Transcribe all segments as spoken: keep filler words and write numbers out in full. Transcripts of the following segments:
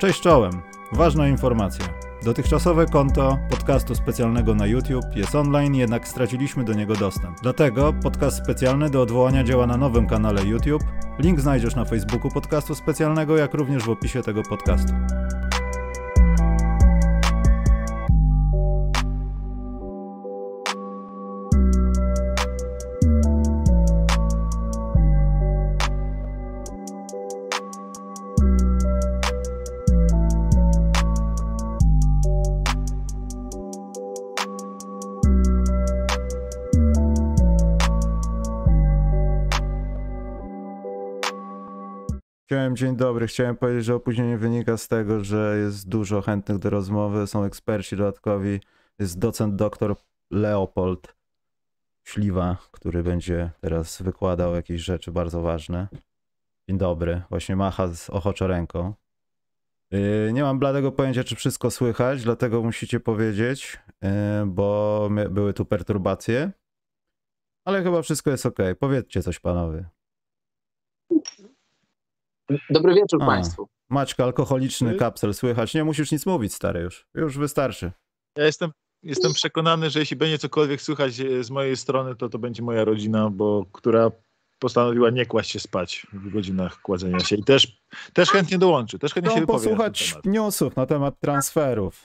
Cześć czołem. Ważna informacja. Dotychczasowe konto podcastu specjalnego na YouTube jest online, jednak straciliśmy do niego dostęp. Dlatego podcast specjalny do odwołania działa na nowym kanale YouTube. Link znajdziesz na Facebooku podcastu specjalnego, jak również w opisie tego podcastu. Chciałem, dzień dobry, chciałem powiedzieć, że opóźnienie wynika z tego, że jest dużo chętnych do rozmowy, są eksperci dodatkowi, jest docent doktor Leopold Śliwa, który będzie teraz wykładał jakieś rzeczy bardzo ważne. Dzień dobry, właśnie macha z ochoczo ręką. Yy, nie mam bladego pojęcia, czy wszystko słychać, dlatego musicie powiedzieć, yy, bo były tu perturbacje, ale chyba wszystko jest ok. Powiedzcie coś, panowie. Dobry wieczór A, Państwu. Maćka, alkoholiczny kapsel, słychać. Nie musisz nic mówić, stary, już. Już wystarczy. Ja jestem, jestem przekonany, że jeśli będzie cokolwiek słychać z mojej strony, to to będzie moja rodzina, bo która postanowiła nie kłaść się spać w godzinach kładzenia się i też, też chętnie dołączy, też chętnie Chcą się wypowie posłuchać newsów na temat transferów.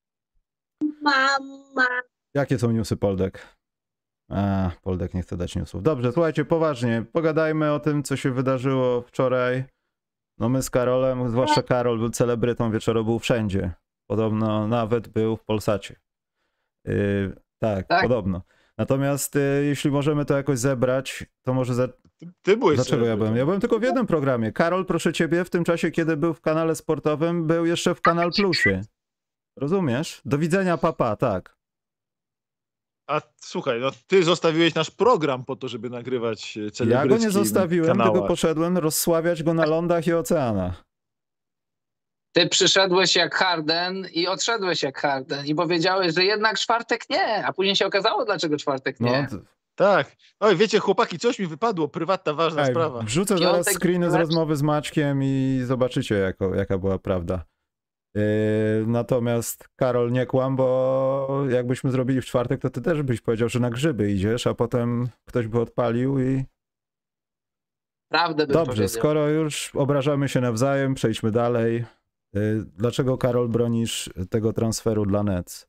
Mama. Jakie są newsy, Poldek? A, Poldek nie chce dać newsów. Dobrze, słuchajcie, poważnie, pogadajmy o tym, co się wydarzyło wczoraj. No my z Karolem, zwłaszcza Karol był celebrytą wieczoru, był wszędzie. Podobno nawet był w Polsacie. Yy, tak, tak, podobno. Natomiast yy, jeśli możemy to jakoś zebrać, to może... Za... Ty, ty byłeś Dlaczego ja byłem? Ja byłem tylko w jednym programie. Karol, proszę ciebie, w tym czasie, kiedy był w kanale sportowym, był jeszcze w Kanal Plusie. Rozumiesz? Do widzenia, papa, tak. A słuchaj, no ty zostawiłeś nasz program po to, żeby nagrywać celebrycki Ja go nie zostawiłem, kanałach. tylko poszedłem rozsławiać go na lądach i oceanach. Ty przyszedłeś jak Harden i odszedłeś jak Harden i powiedziałeś, że jednak czwartek nie, a później się okazało, dlaczego czwartek nie. No, tak. Oj, wiecie, chłopaki, coś mi wypadło, prywatna, ważna Ej, sprawa. Wrzucę Piątek zaraz screeny z rozmowy z Maćkiem i zobaczycie, jako, jaka była prawda. Yy, natomiast Karol, nie kłam, bo jakbyśmy zrobili w czwartek, to ty też byś powiedział, że na grzyby idziesz, a potem ktoś by odpalił i... Prawdę bym Dobrze, powiedział. skoro już obrażamy się nawzajem, przejdźmy dalej. Yy, dlaczego, Karol, bronisz tego transferu dla Nets?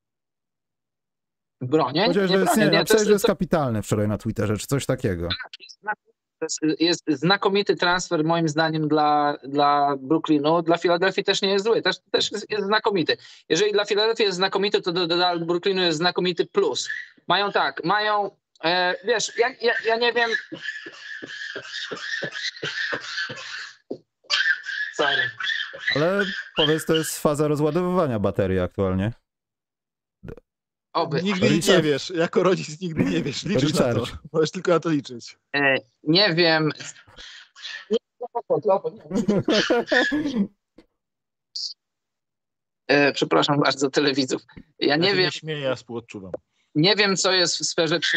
Bronię? Powiedziałeś, nie że jest, bronię. nie, Nie, to, to że jest to, kapitalne wczoraj na Twitterze, czy coś takiego. to jest, jest znakomity transfer moim zdaniem dla, dla Brooklynu. Dla Filadelfii też nie jest zły, też, też jest, jest znakomity. Jeżeli dla Filadelfii jest znakomity, to dla, dla Brooklynu jest znakomity plus. Mają tak, mają, e, wiesz, ja, ja, ja nie wiem... Sorry. Ale powiedz, to jest faza rozładowywania baterii aktualnie. Oby. Nigdy Richard. nie wiesz, jako rodzic nigdy nie wiesz, liczysz Richard. na to, możesz tylko na to liczyć. E, nie wiem... Nie, e, przepraszam bardzo, telewidzów. Ja Ja nie się wiem, nie śmieję, ja współodczuwam. nie wiem, co jest w sferze... Przy...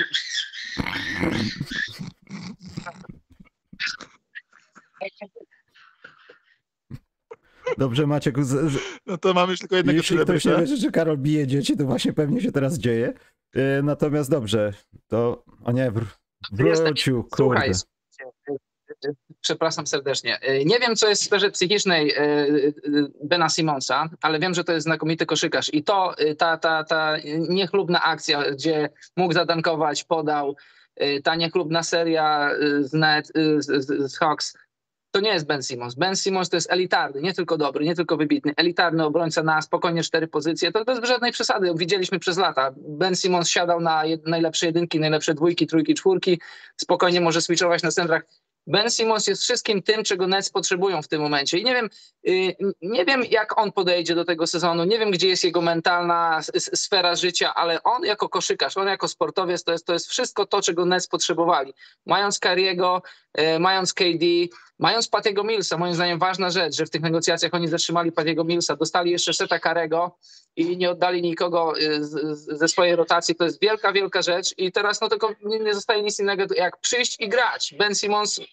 Dobrze, Maciek, z, z, No to mamy już tylko jednego jeśli ktoś nie celebryta. wierzy, że Karol bije dzieci, to właśnie pewnie się teraz dzieje. Yy, natomiast dobrze, to... O nie, wr, wrócił, kurde. Słuchaj, przepraszam serdecznie. Nie wiem, co jest w sferze psychicznej Bena Simonsa, ale wiem, że to jest znakomity koszykarz. I to, ta, ta, ta niechlubna akcja, gdzie mógł zadankować, podał, ta niechlubna seria z, net, z, z, z Hawks, to nie jest Ben Simmons. Ben Simmons to jest elitarny, nie tylko dobry, nie tylko wybitny, elitarny obrońca na spokojnie cztery pozycje. To bez żadnej przesady. Widzieliśmy przez lata. Ben Simmons siadał na jed, najlepsze jedynki, najlepsze dwójki, trójki, czwórki. Spokojnie może switchować na centrach. Ben Simmons jest wszystkim tym, czego Nets potrzebują w tym momencie. I nie wiem, nie wiem, jak on podejdzie do tego sezonu, nie wiem, gdzie jest jego mentalna sfera życia, ale on jako koszykarz, on jako sportowiec, to jest, to jest wszystko to, czego Nets potrzebowali. Mając Kyriego, mając K D, mając Pattiego Millsa, moim zdaniem ważna rzecz, że w tych negocjacjach oni zatrzymali Pattiego Millsa, dostali jeszcze Seta Karego i nie oddali nikogo z, z, ze swojej rotacji. To jest wielka, wielka rzecz i teraz no tylko nie, nie zostaje nic innego jak przyjść i grać. Ben Simmons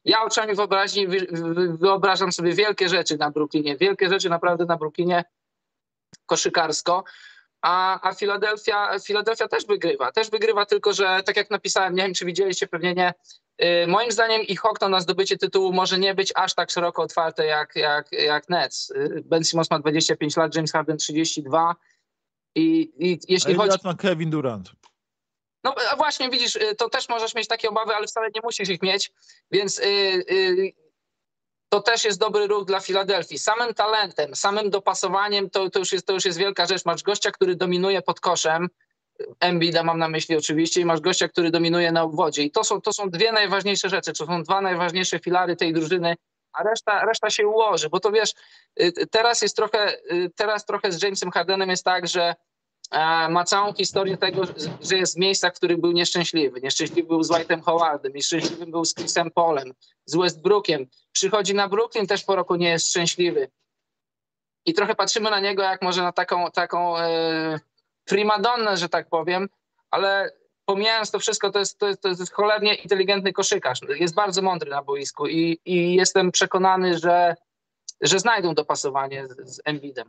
Ja oczami wyobraźni wyobrażam sobie wielkie rzeczy na Brooklynie, wielkie rzeczy naprawdę na Brooklynie koszykarsko, a, a Filadelfia, Filadelfia też wygrywa, też wygrywa, tylko że tak jak napisałem, nie wiem czy widzieliście, pewnie nie, yy, moim zdaniem ich okno na zdobycie tytułu może nie być aż tak szeroko otwarte jak, jak, jak Nets. Ben Simmons ma dwadzieścia pięć lat, James Harden trzydzieści dwa i, i jeśli a chodzi... ma Kevin Durant? No właśnie, widzisz, to też możesz mieć takie obawy, ale wcale nie musisz ich mieć, więc yy, yy, to też jest dobry ruch dla Filadelfii. Samym talentem, samym dopasowaniem to, to, już jest, to już jest wielka rzecz. Masz gościa, który dominuje pod koszem, Embida mam na myśli oczywiście, i masz gościa, który dominuje na obwodzie. I to są, to są dwie najważniejsze rzeczy, to są dwa najważniejsze filary tej drużyny, a reszta, reszta się ułoży, bo to wiesz, teraz jest trochę, teraz trochę z Jamesem Hardenem jest tak, że ma całą historię tego, że jest w miejscach, w których był nieszczęśliwy. Nieszczęśliwy był z White'em Howardem, nieszczęśliwy był z Chrisem Paulem, z Westbrookiem. Przychodzi na Brooklyn, też po roku nie jest szczęśliwy. I trochę patrzymy na niego jak może na taką, taką e, primadonnę, że tak powiem, ale pomijając to wszystko, to jest, to jest, to jest cholernie inteligentny koszykarz. Jest bardzo mądry na boisku i, i jestem przekonany, że, że znajdą dopasowanie z, z Embidem.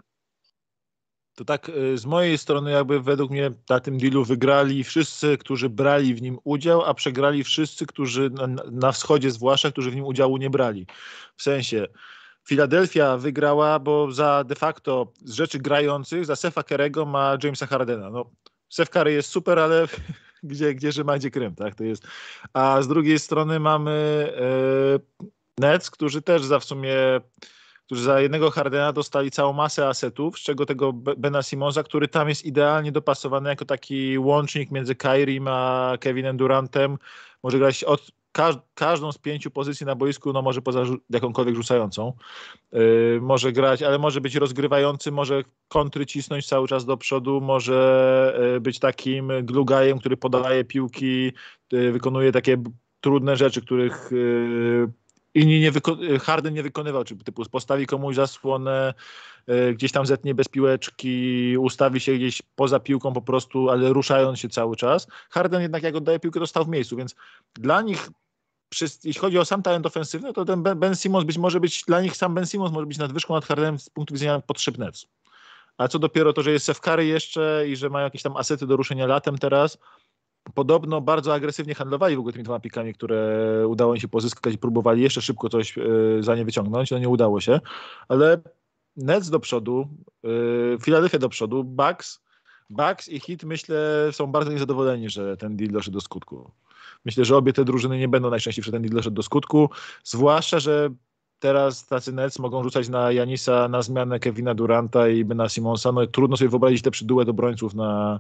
To tak z mojej strony jakby według mnie na tym dealu wygrali wszyscy, którzy brali w nim udział, a przegrali wszyscy, którzy na, na wschodzie zwłaszcza, którzy w nim udziału nie brali. W sensie Filadelfia wygrała, bo za de facto z rzeczy grających za Stefa Curry'ego ma Jamesa Hardena. No, Steph Curry jest super, ale gdzie, gdzie że ma, gdzie Krym, tak? To jest. A z drugiej strony mamy e, Nets, którzy też za w sumie którzy za jednego Hardena dostali całą masę asetów, z czego tego Bena Simmonsa, który tam jest idealnie dopasowany jako taki łącznik między Kyriem a Kevinem Durantem. Może grać od każ każdą z pięciu pozycji na boisku, no może poza jakąkolwiek rzucającą. Yy, może grać, ale może być rozgrywający, może kontry cisnąć cały czas do przodu, może yy, być takim glue guyem, który podaje piłki, yy, wykonuje takie trudne rzeczy, których yy, inni nie Harden nie wykonywał, czy typu postawi komuś zasłonę, y, gdzieś tam zetnie bez piłeczki, ustawi się gdzieś poza piłką po prostu, ale ruszając się cały czas. Harden jednak jak oddaje piłkę, to stał w miejscu, więc dla nich, przy, jeśli chodzi o sam talent ofensywny, to ten Ben Simmons być może być, dla nich sam Ben Simmons może być nadwyżką nad Hardenem z punktu widzenia potrzeb Nets. A co dopiero to, że jest Steph Curry jeszcze i że mają jakieś tam asety do ruszenia latem teraz. Podobno bardzo agresywnie handlowali w ogóle tymi dwoma pikami, które udało im się pozyskać i próbowali jeszcze szybko coś yy, za nie wyciągnąć, no nie udało się, ale Nets do przodu, yy, Philadelphia do przodu, Bucks, Bucks i Heat myślę są bardzo niezadowoleni, że ten deal doszedł do skutku. Myślę, że obie te drużyny nie będą najszczęśliwsze, że ten deal doszedł do skutku, zwłaszcza, że teraz tacy Nets mogą rzucać na Janisa na zmianę Kevina Duranta i Bena Simmonsa, no trudno sobie wyobrazić lepszy duet obrońców na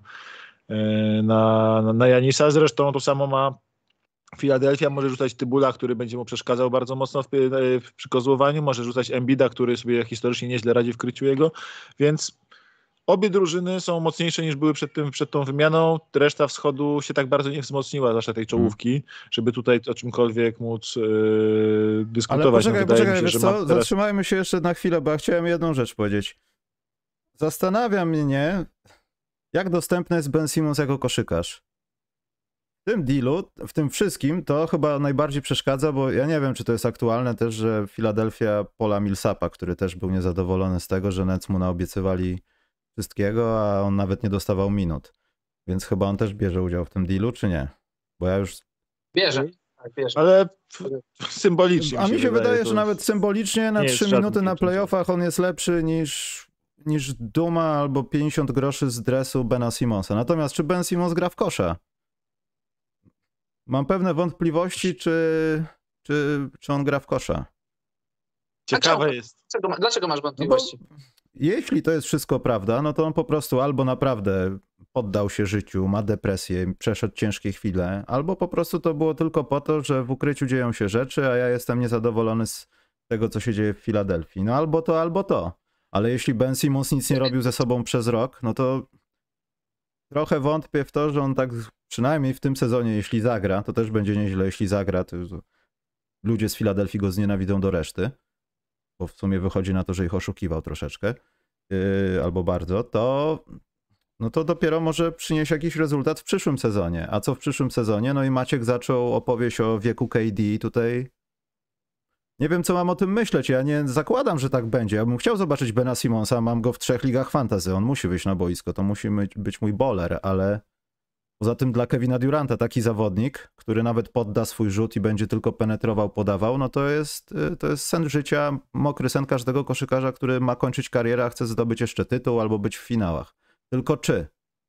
Na, na Janisa. Zresztą to samo ma Filadelfia, może rzucać Tybula, który będzie mu przeszkadzał bardzo mocno w, w przykozłowaniu, może rzucać Embida, który sobie historycznie nieźle radzi w kryciu jego, więc obie drużyny są mocniejsze niż były przed, tym, przed tą wymianą. Reszta wschodu się tak bardzo nie wzmocniła, zwłaszcza tej czołówki, żeby tutaj o czymkolwiek móc yy, dyskutować. Ale poczekaj, no, poczekaj, się, wiesz że co, teraz... zatrzymajmy się jeszcze na chwilę, bo ja chciałem jedną rzecz powiedzieć. Zastanawia mnie, jak dostępny jest Ben Simmons jako koszykarz. W tym dealu, w tym wszystkim, to chyba najbardziej przeszkadza, bo ja nie wiem, czy to jest aktualne też, że Philadelphia Paula Millsapa, który też był niezadowolony z tego, że Nets mu naobiecywali wszystkiego, a on nawet nie dostawał minut. Więc chyba on też bierze udział w tym dealu, czy nie? Bo ja już... Bierze. Tak, bierze. Ale symbolicznie. A mi się, się wydaje, wydaje że nawet symbolicznie na trzy minuty na playoffach on jest lepszy niż... niż Duma albo pięćdziesiąt groszy z dresu Bena Simmonsa. Natomiast czy Ben Simmons gra w kosza? Mam pewne wątpliwości, czy, czy, czy on gra w kosza. Ciekawe jest. Dlaczego, dlaczego masz wątpliwości? No jeśli to jest wszystko prawda, no to on po prostu albo naprawdę poddał się życiu, ma depresję, przeszedł ciężkie chwile, albo po prostu to było tylko po to, że w ukryciu dzieją się rzeczy, a ja jestem niezadowolony z tego, co się dzieje w Filadelfii. No albo to, albo to. Ale jeśli Ben Simmons nic nie robił ze sobą przez rok, no to trochę wątpię w to, że on tak przynajmniej w tym sezonie, jeśli zagra, to też będzie nieźle, jeśli zagra, to ludzie z Filadelfii go znienawidzą do reszty, bo w sumie wychodzi na to, że ich oszukiwał troszeczkę, yy, albo bardzo, to no to dopiero może przynieść jakiś rezultat w przyszłym sezonie. A co w przyszłym sezonie? No i Maciek zaczął opowieść o wieku K D tutaj Nie wiem, co mam o tym myśleć. Ja nie zakładam, że tak będzie. Ja bym chciał zobaczyć Bena Simonsa, mam go w trzech ligach fantasy. On musi wyjść na boisko, to musi być mój bowler, ale poza tym dla Kevina Duranta taki zawodnik, który nawet podda swój rzut i będzie tylko penetrował, podawał, no to jest, to jest sen życia, mokry sen każdego koszykarza, który ma kończyć karierę, a chce zdobyć jeszcze tytuł albo być w finałach. Tylko czy?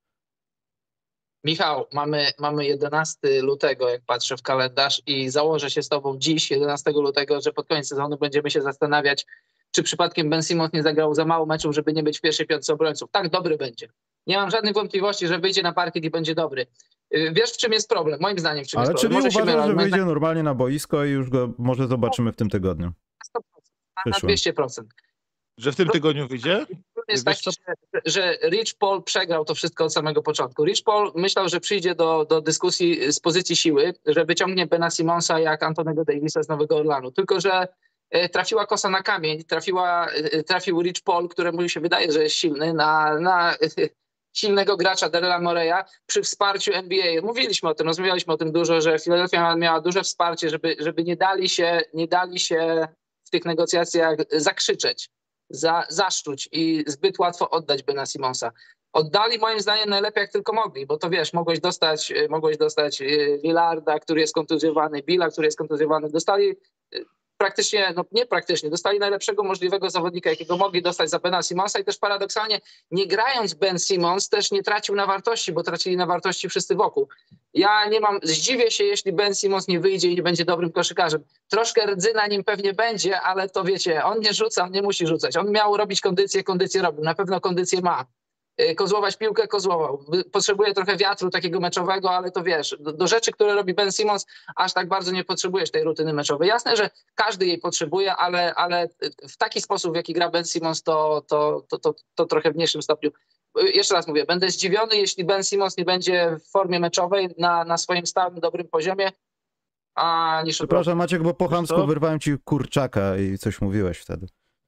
Michał, mamy, mamy jedenastego lutego, jak patrzę w kalendarz i założę się z tobą dziś, jedenastego lutego, że pod koniec sezonu będziemy się zastanawiać, czy przypadkiem Ben Simmons nie zagrał za mało meczów, żeby nie być w pierwszej piątce obrońców. Tak, dobry będzie. Nie mam żadnych wątpliwości, że wyjdzie na parkiet i będzie dobry. Wiesz, w czym jest problem? Moim zdaniem w czym Ale jest czyli problem. uważasz, Może że mylę, wyjdzie normalnie na boisko i już go może zobaczymy w tym tygodniu? na sto procent, na Przyszłym. dwieście procent. Że w tym tygodniu wyjdzie? Jest Wiesz taki, że, że Rich Paul przegrał to wszystko od samego początku. Rich Paul myślał, że przyjdzie do, do dyskusji z pozycji siły, że wyciągnie Bena Simonsa jak Antonego Davisa z Nowego Orlanu. Tylko że e, trafiła kosa na kamień, trafiła, e, trafił Rich Paul, któremu się wydaje, że jest silny, na, na e, silnego gracza Darrella Moreya przy wsparciu N B A. Mówiliśmy o tym, rozmawialiśmy o tym dużo, że Philadelphia miała duże wsparcie, żeby, żeby nie dali się, nie dali się w tych negocjacjach zakrzyczeć. Za, zaszczuć i zbyt łatwo oddać Bena Simonsa. Oddali moim zdaniem najlepiej jak tylko mogli, bo to wiesz, mogłeś dostać, mogłeś dostać Lillarda, który jest kontuzjowany, Billa, który jest kontuzjowany. Dostali praktycznie, no nie praktycznie, dostali najlepszego możliwego zawodnika, jakiego mogli dostać za Bena Simonsa i też paradoksalnie nie grając Ben Simmons też nie tracił na wartości, bo tracili na wartości wszyscy wokół. Ja nie mam, zdziwię się, jeśli Ben Simmons nie wyjdzie i nie będzie dobrym koszykarzem. Troszkę rdzy na nim pewnie będzie, ale to wiecie, on nie rzuca, on nie musi rzucać. On miał robić kondycję, kondycję robił. Na pewno kondycję ma. Kozłować piłkę, kozłował. Potrzebuje trochę wiatru takiego meczowego, ale to wiesz, do, do rzeczy, które robi Ben Simmons, aż tak bardzo nie potrzebujesz tej rutyny meczowej. Jasne, że każdy jej potrzebuje, ale, ale w taki sposób, w jaki gra Ben Simmons, to, to, to, to, to trochę w mniejszym stopniu. Jeszcze raz mówię, będę zdziwiony, jeśli Ben Simmons nie będzie w formie meczowej na, na swoim stałym, dobrym poziomie. A niż Przepraszam, Maciek, bo po chamsku wyrwałem ci kurczaka i coś mówiłeś wtedy.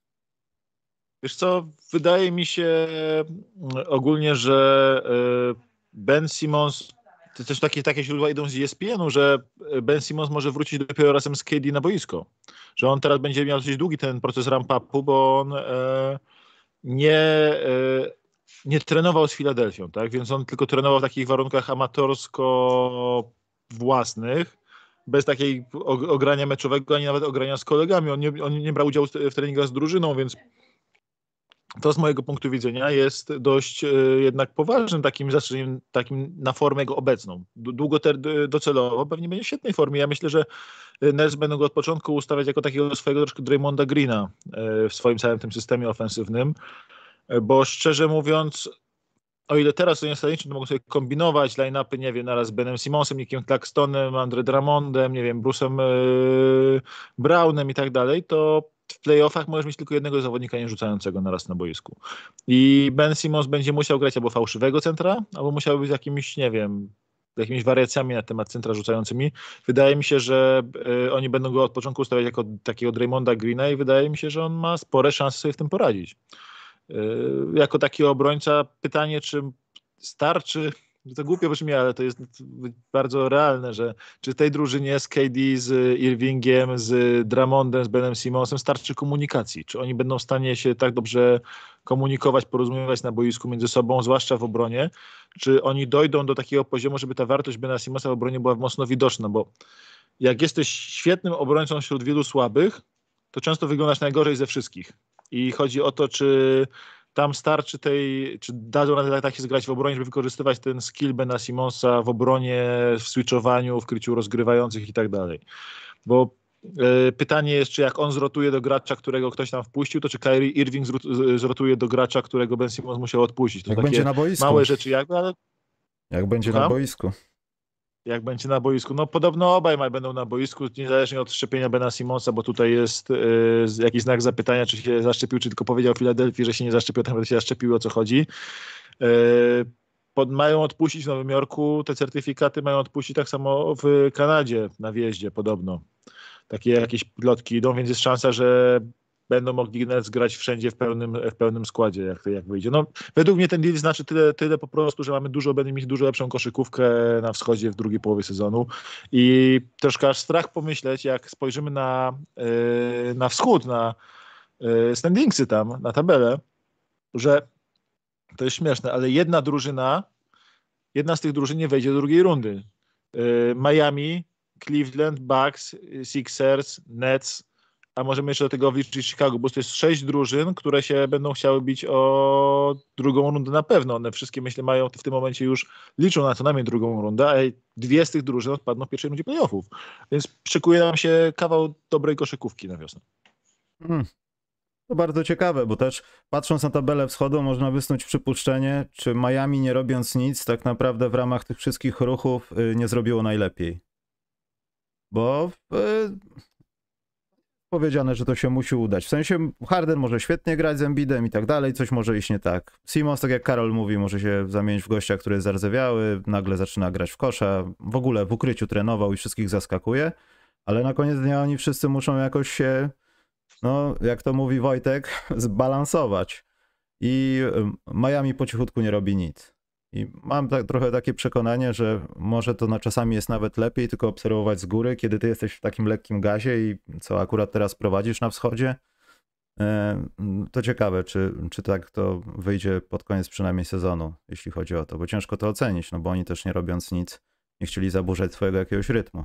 Wiesz co, wydaje mi się ogólnie, że Ben Simmons, to też takie, takie źródła idą z E S P N u, że Ben Simmons może wrócić dopiero razem z K D na boisko. Że on teraz będzie miał dosyć długi ten proces ramp-upu, bo on e, nie, e, nie trenował z Filadelfią, tak? Więc on tylko trenował w takich warunkach amatorsko własnych, bez takiej ogrania meczowego, ani nawet ogrania z kolegami. On nie, on nie brał udziału w treningach z drużyną, więc to z mojego punktu widzenia jest dość e, jednak poważnym takim zastrzeżeniem takim na formę jego obecną. Długo docelowo pewnie będzie w świetnej formie. Ja myślę, że Nets będą go od początku ustawiać jako takiego swojego troszkę Draymonda Greena e, w swoim całym tym systemie ofensywnym, e, bo szczerze mówiąc, o ile teraz to nie staniczy, to mogą sobie kombinować line-upy, nie wiem, naraz z Benem Simmonsem, Nickiem Claxtonem, Andre Drummondem, nie wiem, Bruce'em e, Brownem i tak dalej, to w playoffach możesz mieć tylko jednego zawodnika nie rzucającego naraz na boisku. I Ben Simmons będzie musiał grać albo fałszywego centra, albo musiał być jakimiś, nie wiem, jakimiś wariacjami na temat centra rzucającymi. Wydaje mi się, że y, oni będą go od początku ustawiać jako takiego Draymonda Greena i wydaje mi się, że on ma spore szanse sobie w tym poradzić. Y, jako taki obrońca pytanie, czy starczy. To głupio brzmi, ale to jest bardzo realne, że czy w tej drużynie z K D, z Irvingiem, z Drummondem, z Benem Simmonsem starczy komunikacji? Czy oni będą w stanie się tak dobrze komunikować, porozumiewać na boisku między sobą, zwłaszcza w obronie? Czy oni dojdą do takiego poziomu, żeby ta wartość Bena Simmonsa w obronie była mocno widoczna? Bo jak jesteś świetnym obrońcą wśród wielu słabych, to często wyglądasz najgorzej ze wszystkich. I chodzi o to, czy tam starczy tej, czy dadzą radę tak się zgrać w obronie, żeby wykorzystywać ten skill Bena Simmonsa w obronie, w switchowaniu, w kryciu rozgrywających i tak dalej. Bo y, pytanie jest, czy jak on zrotuje do gracza, którego ktoś tam wpuścił, to czy Kyrie Irving zru- zrotuje do gracza, którego Ben Simmons musiał odpuścić. To jak takie będzie na boisku. małe rzeczy jakby, ale... Jak będzie Słucham? na boisku. Jak będzie na boisku. No podobno obaj będą na boisku, niezależnie od szczepienia Bena Simmonsa, bo tutaj jest y, jakiś znak zapytania, czy się zaszczepił, czy tylko powiedział Filadelfii, że się nie zaszczepił, tam się zaszczepił, o co chodzi. Y, pod, mają odpuścić w Nowym Jorku, te certyfikaty mają odpuścić tak samo w Kanadzie na wjeździe podobno. Takie jakieś plotki idą, więc jest szansa, że będą mogli Nets grać wszędzie w pełnym, w pełnym składzie, jak, jak wyjdzie. No, według mnie ten deal znaczy tyle, tyle po prostu, że mamy dużo, będziemy mieć dużo lepszą koszykówkę na wschodzie w drugiej połowie sezonu i troszkę aż strach pomyśleć, jak spojrzymy na, yy, na wschód, na yy, standingsy tam, na tabelę, że to jest śmieszne, ale jedna drużyna, jedna z tych drużyn nie wejdzie do drugiej rundy. Yy, Miami, Cleveland, Bucks, Sixers, Nets, a możemy jeszcze do tego wliczyć Chicago, bo to jest sześć drużyn, które się będą chciały bić o drugą rundę na pewno. One wszystkie, myślę, mają w tym momencie już, liczą na co najmniej drugą rundę, a dwie z tych drużyn odpadną w pierwszej rundzie playoffów. Więc szykuje nam się kawał dobrej koszykówki na wiosnę. Hmm. To bardzo ciekawe, bo też patrząc na tabelę wschodu można wysnuć przypuszczenie, czy Miami nie robiąc nic tak naprawdę w ramach tych wszystkich ruchów nie zrobiło najlepiej. Bo yy, powiedziane, że to się musi udać. W sensie Harden może świetnie grać z Embiidem i tak dalej, coś może iść nie tak. Simmons, tak jak Karol mówi, może się zamienić w gościa, który jest zardzewiały, nagle zaczyna grać w kosza, w ogóle w ukryciu trenował i wszystkich zaskakuje, ale na koniec dnia oni wszyscy muszą jakoś się, no jak to mówi Wojtek, zbalansować. I Miami po cichutku nie robi nic. I mam tak, trochę takie przekonanie, że może to na czasami jest nawet lepiej tylko obserwować z góry, kiedy ty jesteś w takim lekkim gazie i co akurat teraz prowadzisz na wschodzie. To ciekawe, czy, czy tak to wyjdzie pod koniec przynajmniej sezonu, jeśli chodzi o to, bo ciężko to ocenić, no bo oni też nie robiąc nic nie chcieli zaburzać swojego jakiegoś rytmu.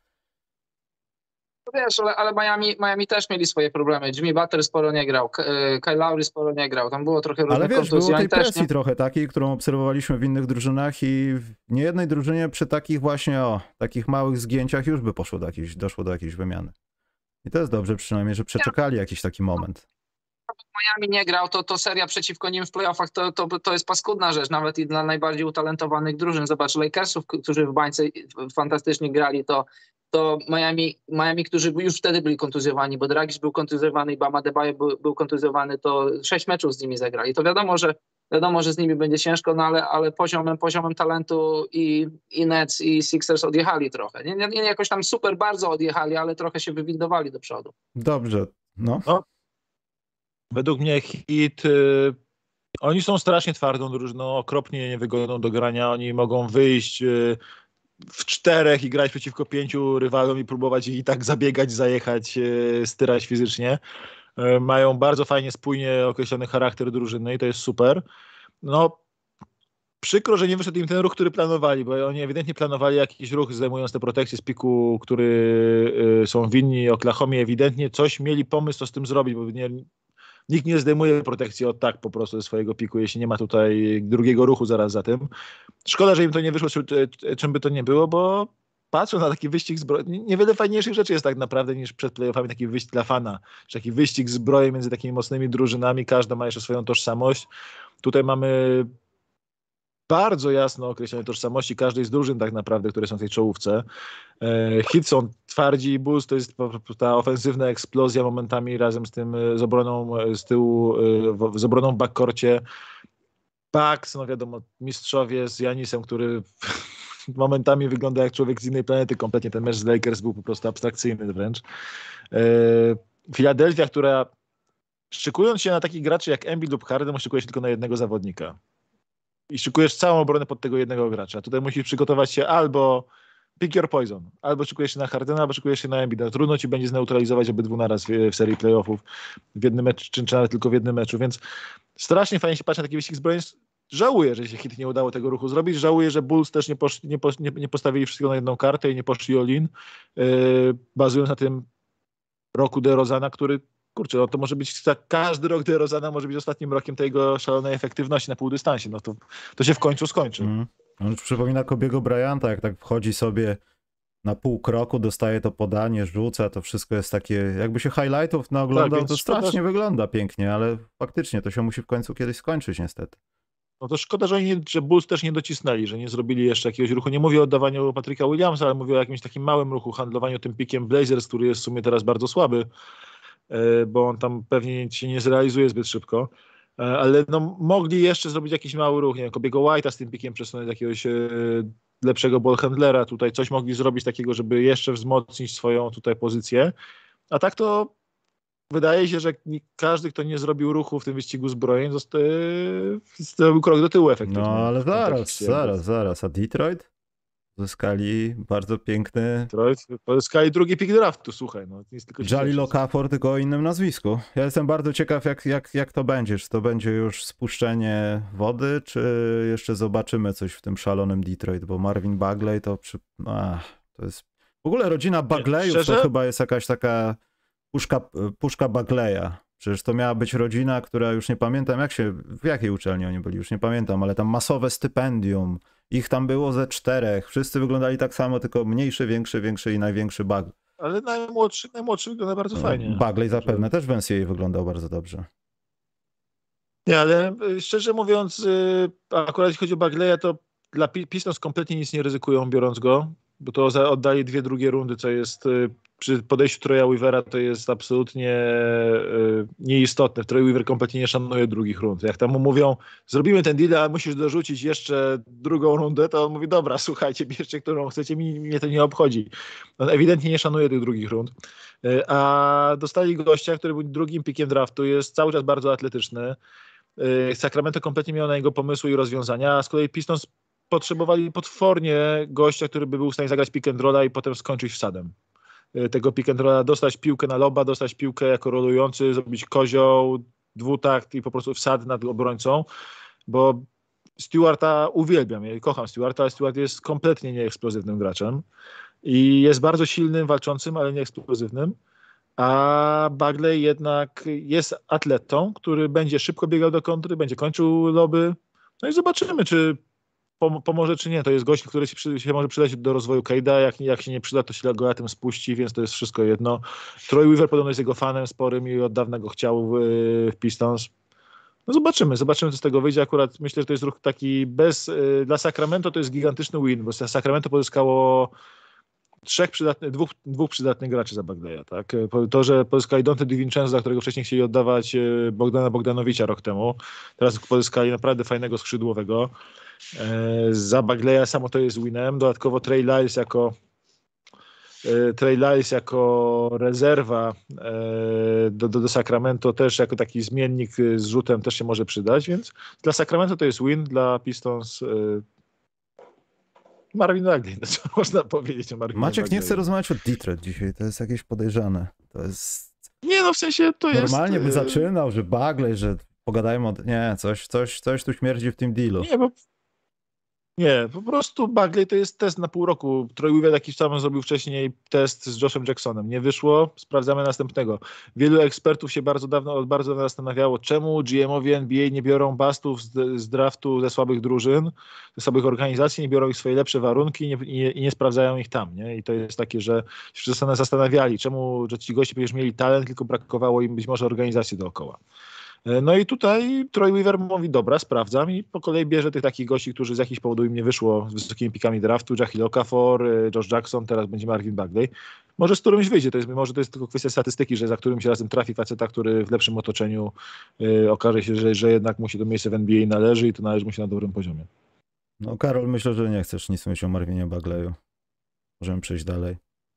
Wiesz, ale, ale Miami, Miami też mieli swoje problemy. Jimmy Butler sporo nie grał, Kyle Lowry sporo nie grał, tam było trochę różnych ale wiesz, kontuzji. było tej też presji nie... trochę takiej, którą obserwowaliśmy w innych drużynach i w niejednej drużynie przy takich właśnie, o, takich małych zgięciach już by poszło do jakiejś, doszło do jakiejś wymiany. I to jest dobrze przynajmniej, że przeczekali jakiś taki moment. Miami nie grał, to, to seria przeciwko nim w playoffach to, to, to jest paskudna rzecz, nawet i dla najbardziej utalentowanych drużyn. Zobacz, Lakersów, którzy w bańce fantastycznie grali, to, to Miami, Miami, którzy już wtedy byli kontuzjowani, bo Dragic był kontuzjowany i Bam Adebayo był, był kontuzjowany, to sześć meczów z nimi zagrali. To wiadomo, że wiadomo, że z nimi będzie ciężko, no ale, ale poziomem, poziomem talentu i, i Nets i Sixers odjechali trochę. Nie, nie, nie jakoś tam super bardzo odjechali, ale trochę się wywindowali do przodu. Dobrze, no. no. Według mnie Heat, y, oni są strasznie twardą drużyną, okropnie niewygodną do grania. Oni mogą wyjść y, w czterech i grać przeciwko pięciu rywalom i próbować ich i tak zabiegać, zajechać, y, styrać fizycznie. Y, mają bardzo fajnie, spójnie określony charakter drużyny i to jest super. No, przykro, że nie wyszedł im ten ruch, który planowali, bo oni ewidentnie planowali jakiś ruch, zdejmując te protekcje z piku, który y, są winni Oklahomie. Ewidentnie coś mieli pomysł, co z tym zrobić, bo nie... Nikt nie zdejmuje protekcji od tak po prostu ze swojego piku, jeśli nie ma tutaj drugiego ruchu zaraz za tym. Szkoda, że im to nie wyszło, czym by to nie było, bo patrzą na taki wyścig zbrojeń. Niewiele fajniejszych rzeczy jest tak naprawdę niż przed playoffami taki wyścig dla fana. Czy taki wyścig zbrojeń między takimi mocnymi drużynami. Każda ma jeszcze swoją tożsamość. Tutaj mamy bardzo jasno określone tożsamości każdej z drużyn tak naprawdę, które są w tej czołówce. Heat są twardzi i Bulls to jest ta ofensywna eksplozja momentami razem z tym, z obroną z tyłu, z obroną w backcourcie. Bucks, no wiadomo, mistrzowie z Janisem, który momentami wygląda jak człowiek z innej planety. Kompletnie ten mecz z Lakers był po prostu abstrakcyjny wręcz. Filadelfia, która szykując się na takich graczy jak Embiid lub Harden, szykuje się tylko na jednego zawodnika. I szykujesz całą obronę pod tego jednego gracza. Tutaj musisz przygotować się albo pick your poison, albo szykujesz się na Hardena, albo szykujesz się na Embida. Trudno ci będzie zneutralizować obydwu naraz w, w serii playoffów w jednym meczu, czy, czy nawet tylko w jednym meczu, więc strasznie fajnie się patrzy na taki wyścig zbrojeń. Żałuję, że się Heat nie udało tego ruchu zrobić. Żałuję, że Bulls też nie, posz, nie, posz, nie, nie postawili wszystkiego na jedną kartę i nie poszli all-in, yy, bazując na tym roku DeRozana, który kurczę, no to może być, tak, każdy rok DeRozana może być ostatnim rokiem tej jego szalonej efektywności na półdystansie. No to, to się w końcu skończy. Mm. On już przypomina Kobiego Bryanta, jak tak wchodzi sobie na pół kroku, dostaje to podanie, rzuca, to wszystko jest takie, jakby się highlightów naoglądał, tak, to strasznie szkoda, wygląda pięknie, ale faktycznie to się musi w końcu kiedyś skończyć niestety. No to szkoda, że, oni, że Bulls też nie docisnęli, że nie zrobili jeszcze jakiegoś ruchu. Nie mówię o oddawaniu Patryka Williamsa, ale mówię o jakimś takim małym ruchu, handlowaniu tym pikiem Blazers, który jest w sumie teraz bardzo słaby, bo on tam pewnie się nie zrealizuje zbyt szybko, ale no, mogli jeszcze zrobić jakiś mały ruch, nie wiem, Kobiego White'a z tym pikiem przesunąć do jakiegoś lepszego ballhandlera, tutaj coś mogli zrobić takiego, żeby jeszcze wzmocnić swoją tutaj pozycję, a tak to wydaje się, że każdy, kto nie zrobił ruchu w tym wyścigu zbrojeń, został, zrobił krok do tyłu efektywnie. No ale zaraz, zaraz, zaraz. A Detroit? Uzyskali bardzo piękny... Detroit pozyskali drugi pick draftu, słuchaj. No, jest tylko Jalil Okafor, tylko o innym nazwisku. Ja jestem bardzo ciekaw, jak, jak, jak to będzie. Czy to będzie już spuszczenie wody, czy jeszcze zobaczymy coś w tym szalonym Detroit, bo Marvin Bagley to... Przy... Ach, to jest... W ogóle rodzina Bagleyów to chyba jest jakaś taka puszka, puszka Bagleya. Przecież to miała być rodzina, która już nie pamiętam, jak się, w jakiej uczelni oni byli, już nie pamiętam, ale tam masowe stypendium. Ich tam było ze czterech. Wszyscy wyglądali tak samo, tylko mniejszy, większy, większy i największy Bagley. Ale najmłodszy, najmłodszy wygląda bardzo No, fajnie. Bagley zapewne też w N C A A wyglądał bardzo dobrze. Nie, ale szczerze mówiąc, akurat jeśli chodzi o Bagleya, to dla Pistons kompletnie nic nie ryzykują, biorąc go, bo to oddali dwie drugie rundy, co jest przy podejściu Troya Weavera to jest absolutnie nieistotne. Troy Weaver kompletnie nie szanuje drugich rund. Jak tam mu mówią, zrobimy ten deal, a musisz dorzucić jeszcze drugą rundę, to on mówi, dobra, słuchajcie, bierzcie, którą chcecie, mnie to nie obchodzi. On ewidentnie nie szanuje tych drugich rund. A dostali gościa, który był drugim pikiem draftu, jest cały czas bardzo atletyczny. Sacramento kompletnie miało na niego pomysły i rozwiązania, a z kolei Pistons potrzebowali potwornie gościa, który by był w stanie zagrać pick and rolla i potem skończyć wsadem. Tego pick and rolla, dostać piłkę na loba, dostać piłkę jako rolujący, zrobić kozioł, dwutakt i po prostu wsad nad obrońcą, bo Stewarta uwielbiam, ja kocham Stewarta, ale Stewart jest kompletnie nieeksplozywnym graczem i jest bardzo silnym, walczącym, ale nieeksplozywnym, a Bagley jednak jest atletą, który będzie szybko biegał do kontry, będzie kończył loby, no i zobaczymy, czy pomoże czy nie. To jest gość, który się, przy, się może przydać do rozwoju Cade'a. Jak, jak się nie przyda, to się go na tym spuści, więc to jest wszystko jedno. Troy Weaver podobno jest jego fanem sporym i od dawna go chciał w, w Pistons. No zobaczymy, zobaczymy, co z tego wyjdzie. Akurat myślę, że to jest ruch taki bez... Dla Sacramento to jest gigantyczny win, bo Sacramento pozyskało trzech przydatnych, dwóch, dwóch przydatnych graczy za Bagleya. Tak? To, że pozyskali Dante DiVincenzo, za którego wcześniej chcieli oddawać Bogdana Bogdanowicza rok temu. Teraz pozyskali naprawdę fajnego skrzydłowego. Za Bagleya samo to jest winem. Dodatkowo Trey Lyles jako Trey Lyles jako rezerwa do, do, do Sacramento też jako taki zmiennik z rzutem też się może przydać, więc dla Sacramento to jest win, dla Pistons Marvin Bagley, no co można powiedzieć o Marvin Maciek Bagley. nie chce rozmawiać o Detroit dzisiaj, to jest jakieś podejrzane. To jest... Nie no, w sensie to jest... Normalnie by zaczynał, że Bagley, że pogadajmy o... Nie, coś, coś, coś tu śmierdzi w tym dealu. Nie, bo Nie, po prostu Bagley to jest test na pół roku. Troy Weaver taki sam zrobił wcześniej test z Joshem Jacksonem. Nie wyszło, sprawdzamy następnego. Wielu ekspertów się bardzo dawno, od bardzo dawno zastanawiało, czemu G M owie N B A nie biorą bastów z, z draftu ze słabych drużyn, ze słabych organizacji, nie biorą ich w swoje lepsze warunki i nie, i, i nie sprawdzają ich tam. Nie? I to jest takie, że się zastanawiali, czemu że ci goście przecież mieli talent, tylko brakowało im być może organizacji dookoła. No i tutaj Troy Weaver mówi, dobra, sprawdzam i po kolei bierze tych takich gości, którzy z jakichś powodów im nie wyszło z wysokimi pikami draftu, Jalil Okafor, Josh Jackson, teraz będzie Marvin Bagley. Może z którymś wyjdzie, to jest, może to jest tylko kwestia statystyki, że za którymś razem trafi faceta, który w lepszym otoczeniu yy, okaże się, że, że jednak mu się to miejsce w N B A należy i to należy mu się na dobrym poziomie. No Karol, myślę, że nie chcesz nic mówić o Marvinie Bagleyu. Możemy przejść dalej.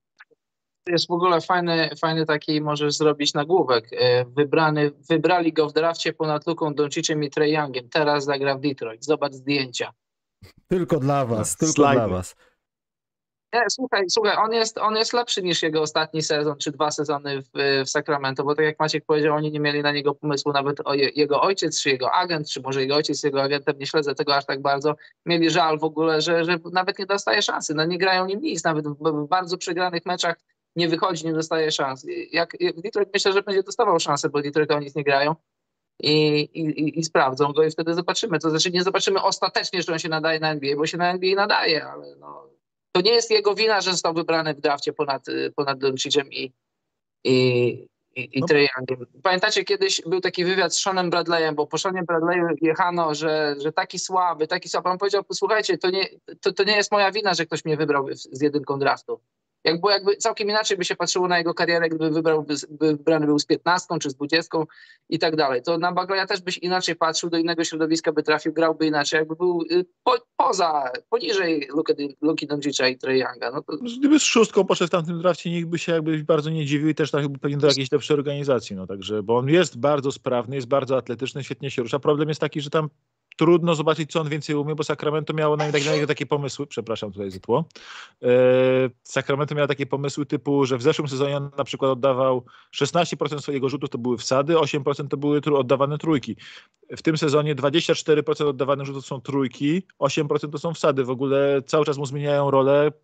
Jest w ogóle fajny, fajny taki, możesz zrobić nagłówek. Wybrany, wybrali go w drafcie ponad Luką Doncicem i Trae Youngiem. Teraz zagra w Detroit. Zobacz zdjęcia. Tylko dla was, no, tylko slajdy. dla was. Nie, słuchaj, słuchaj, on jest, on jest lepszy niż jego ostatni sezon, czy dwa sezony w, w Sacramento, bo tak jak Maciek powiedział, oni nie mieli na niego pomysłu, nawet o je, jego ojciec, czy jego agent, czy może jego ojciec, jego agentem, nie śledzę tego aż tak bardzo, mieli żal w ogóle, że, że nawet nie dostaje szansy, no nie grają nim nic, nawet w, w bardzo przegranych meczach nie wychodzi, nie dostaje szans. Jak w Detroit myślę, że będzie dostawał szansę, bo Detroit o nic nie grają i, i, i sprawdzą go i wtedy zobaczymy. To znaczy nie zobaczymy ostatecznie, że on się nadaje na N B A, bo się na N B A nadaje, ale no, to nie jest jego wina, że został wybrany w drafcie ponad, ponad Doncicem i, i, i, i no. Trae Youngiem. Pamiętacie, kiedyś był taki wywiad z Seanem Bradleyem, bo po Seanie Bradleyu jechano, że, że taki słaby, taki słaby. On powiedział, posłuchajcie, to nie, to, to nie jest moja wina, że ktoś mnie wybrał z jedynką draftu. Jak, bo jakby całkiem inaczej by się patrzyło na jego karierę, gdyby wybrał, by, by wybrany był z piętnastką czy z dwudziestką i tak dalej. To na Bagleya też byś inaczej patrzył, do innego środowiska by trafił, grałby inaczej, jakby był po, poza, poniżej Luki Doncicza i Trae Younga. No to... Gdyby z szóstką poszedł w tamtym drafcie, nikt by się jakby bardzo nie dziwił i też tak by pewnie do jakiejś lepszej organizacji. No także, bo on jest bardzo sprawny, jest bardzo atletyczny, świetnie się rusza. Problem jest taki, że tam trudno zobaczyć, co on więcej umie, bo Sacramento miało na niego takie pomysły, przepraszam tutaj za tło, e, Sacramento miało takie pomysły typu, że w zeszłym sezonie on na przykład oddawał szesnaście procent swojego rzutów to były wsady, osiem procent to były tru- oddawane trójki. W tym sezonie dwadzieścia cztery procent oddawanych rzutów są trójki, osiem procent to są wsady. W ogóle cały czas mu zmieniają rolę.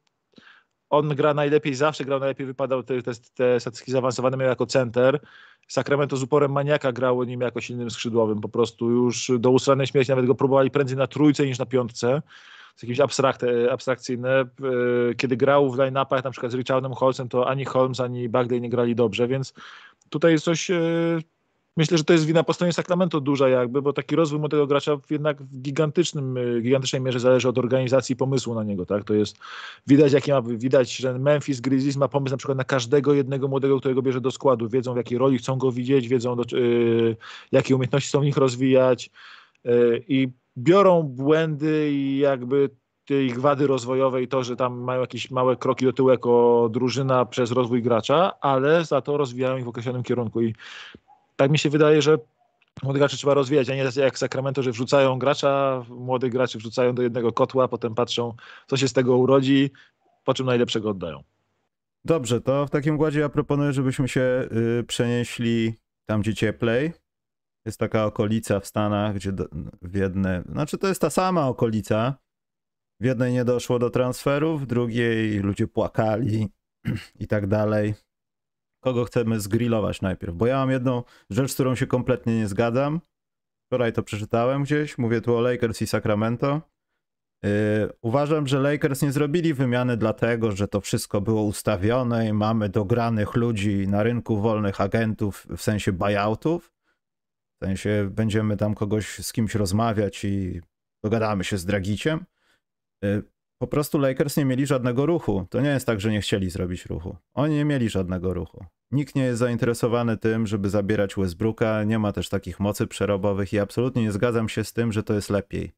On gra najlepiej, zawsze grał najlepiej, wypadał te, te, te statystyki zaawansowane miał jako center. Sacramento z uporem maniaka grało nim jako silnym skrzydłowym, po prostu już do usranej śmierci, nawet go próbowali prędzej na trójce niż na piątce. To jakieś abstrakt, abstrakcyjne. Kiedy grał w line-upach na przykład z Richardem Holmesem, to ani Holmes, ani Bagley nie grali dobrze, więc tutaj jest coś... Myślę, że to jest wina po stronie Sacramento duża jakby, bo taki rozwój młodego gracza jednak w gigantycznym, gigantycznej mierze zależy od organizacji i pomysłu na niego, tak? To jest, widać jaki ma, widać, że Memphis Grizzlies ma pomysł na przykład na każdego jednego młodego, którego bierze do składu. Wiedzą w jakiej roli chcą go widzieć, wiedzą do, yy, jakie umiejętności chcą w nich rozwijać yy, i biorą błędy i jakby te ich wady rozwojowe i to, że tam mają jakieś małe kroki do tyłu jako drużyna przez rozwój gracza, ale za to rozwijają ich w określonym kierunku i tak mi się wydaje, że młodych graczy trzeba rozwijać, a nie jak Sacramento, że wrzucają gracza, młodych graczy wrzucają do jednego kotła, potem patrzą, co się z tego urodzi, po czym najlepszego oddają. Dobrze, to w takim układzie ja proponuję, żebyśmy się y, przenieśli tam, gdzie cieplej. Jest taka okolica w Stanach, gdzie do, w jednej, znaczy to jest ta sama okolica. W jednej nie doszło do transferów, w drugiej ludzie płakali i tak dalej. Kogo chcemy zgrillować najpierw? Bo ja mam jedną rzecz, z którą się kompletnie nie zgadzam. Wczoraj to przeczytałem gdzieś. Mówię tu o Lakers i Sacramento. Yy, uważam, że Lakers nie zrobili wymiany dlatego, że to wszystko było ustawione i mamy dogranych ludzi na rynku wolnych agentów w sensie buyoutów. W sensie będziemy tam kogoś z kimś rozmawiać i dogadamy się z Dragiciem. Yy, Po prostu Lakers nie mieli żadnego ruchu. To nie jest tak, że nie chcieli zrobić ruchu. Oni nie mieli żadnego ruchu. Nikt nie jest zainteresowany tym, żeby zabierać Westbrooka. Nie ma też takich mocy przerobowych i absolutnie nie zgadzam się z tym, że to jest lepiej.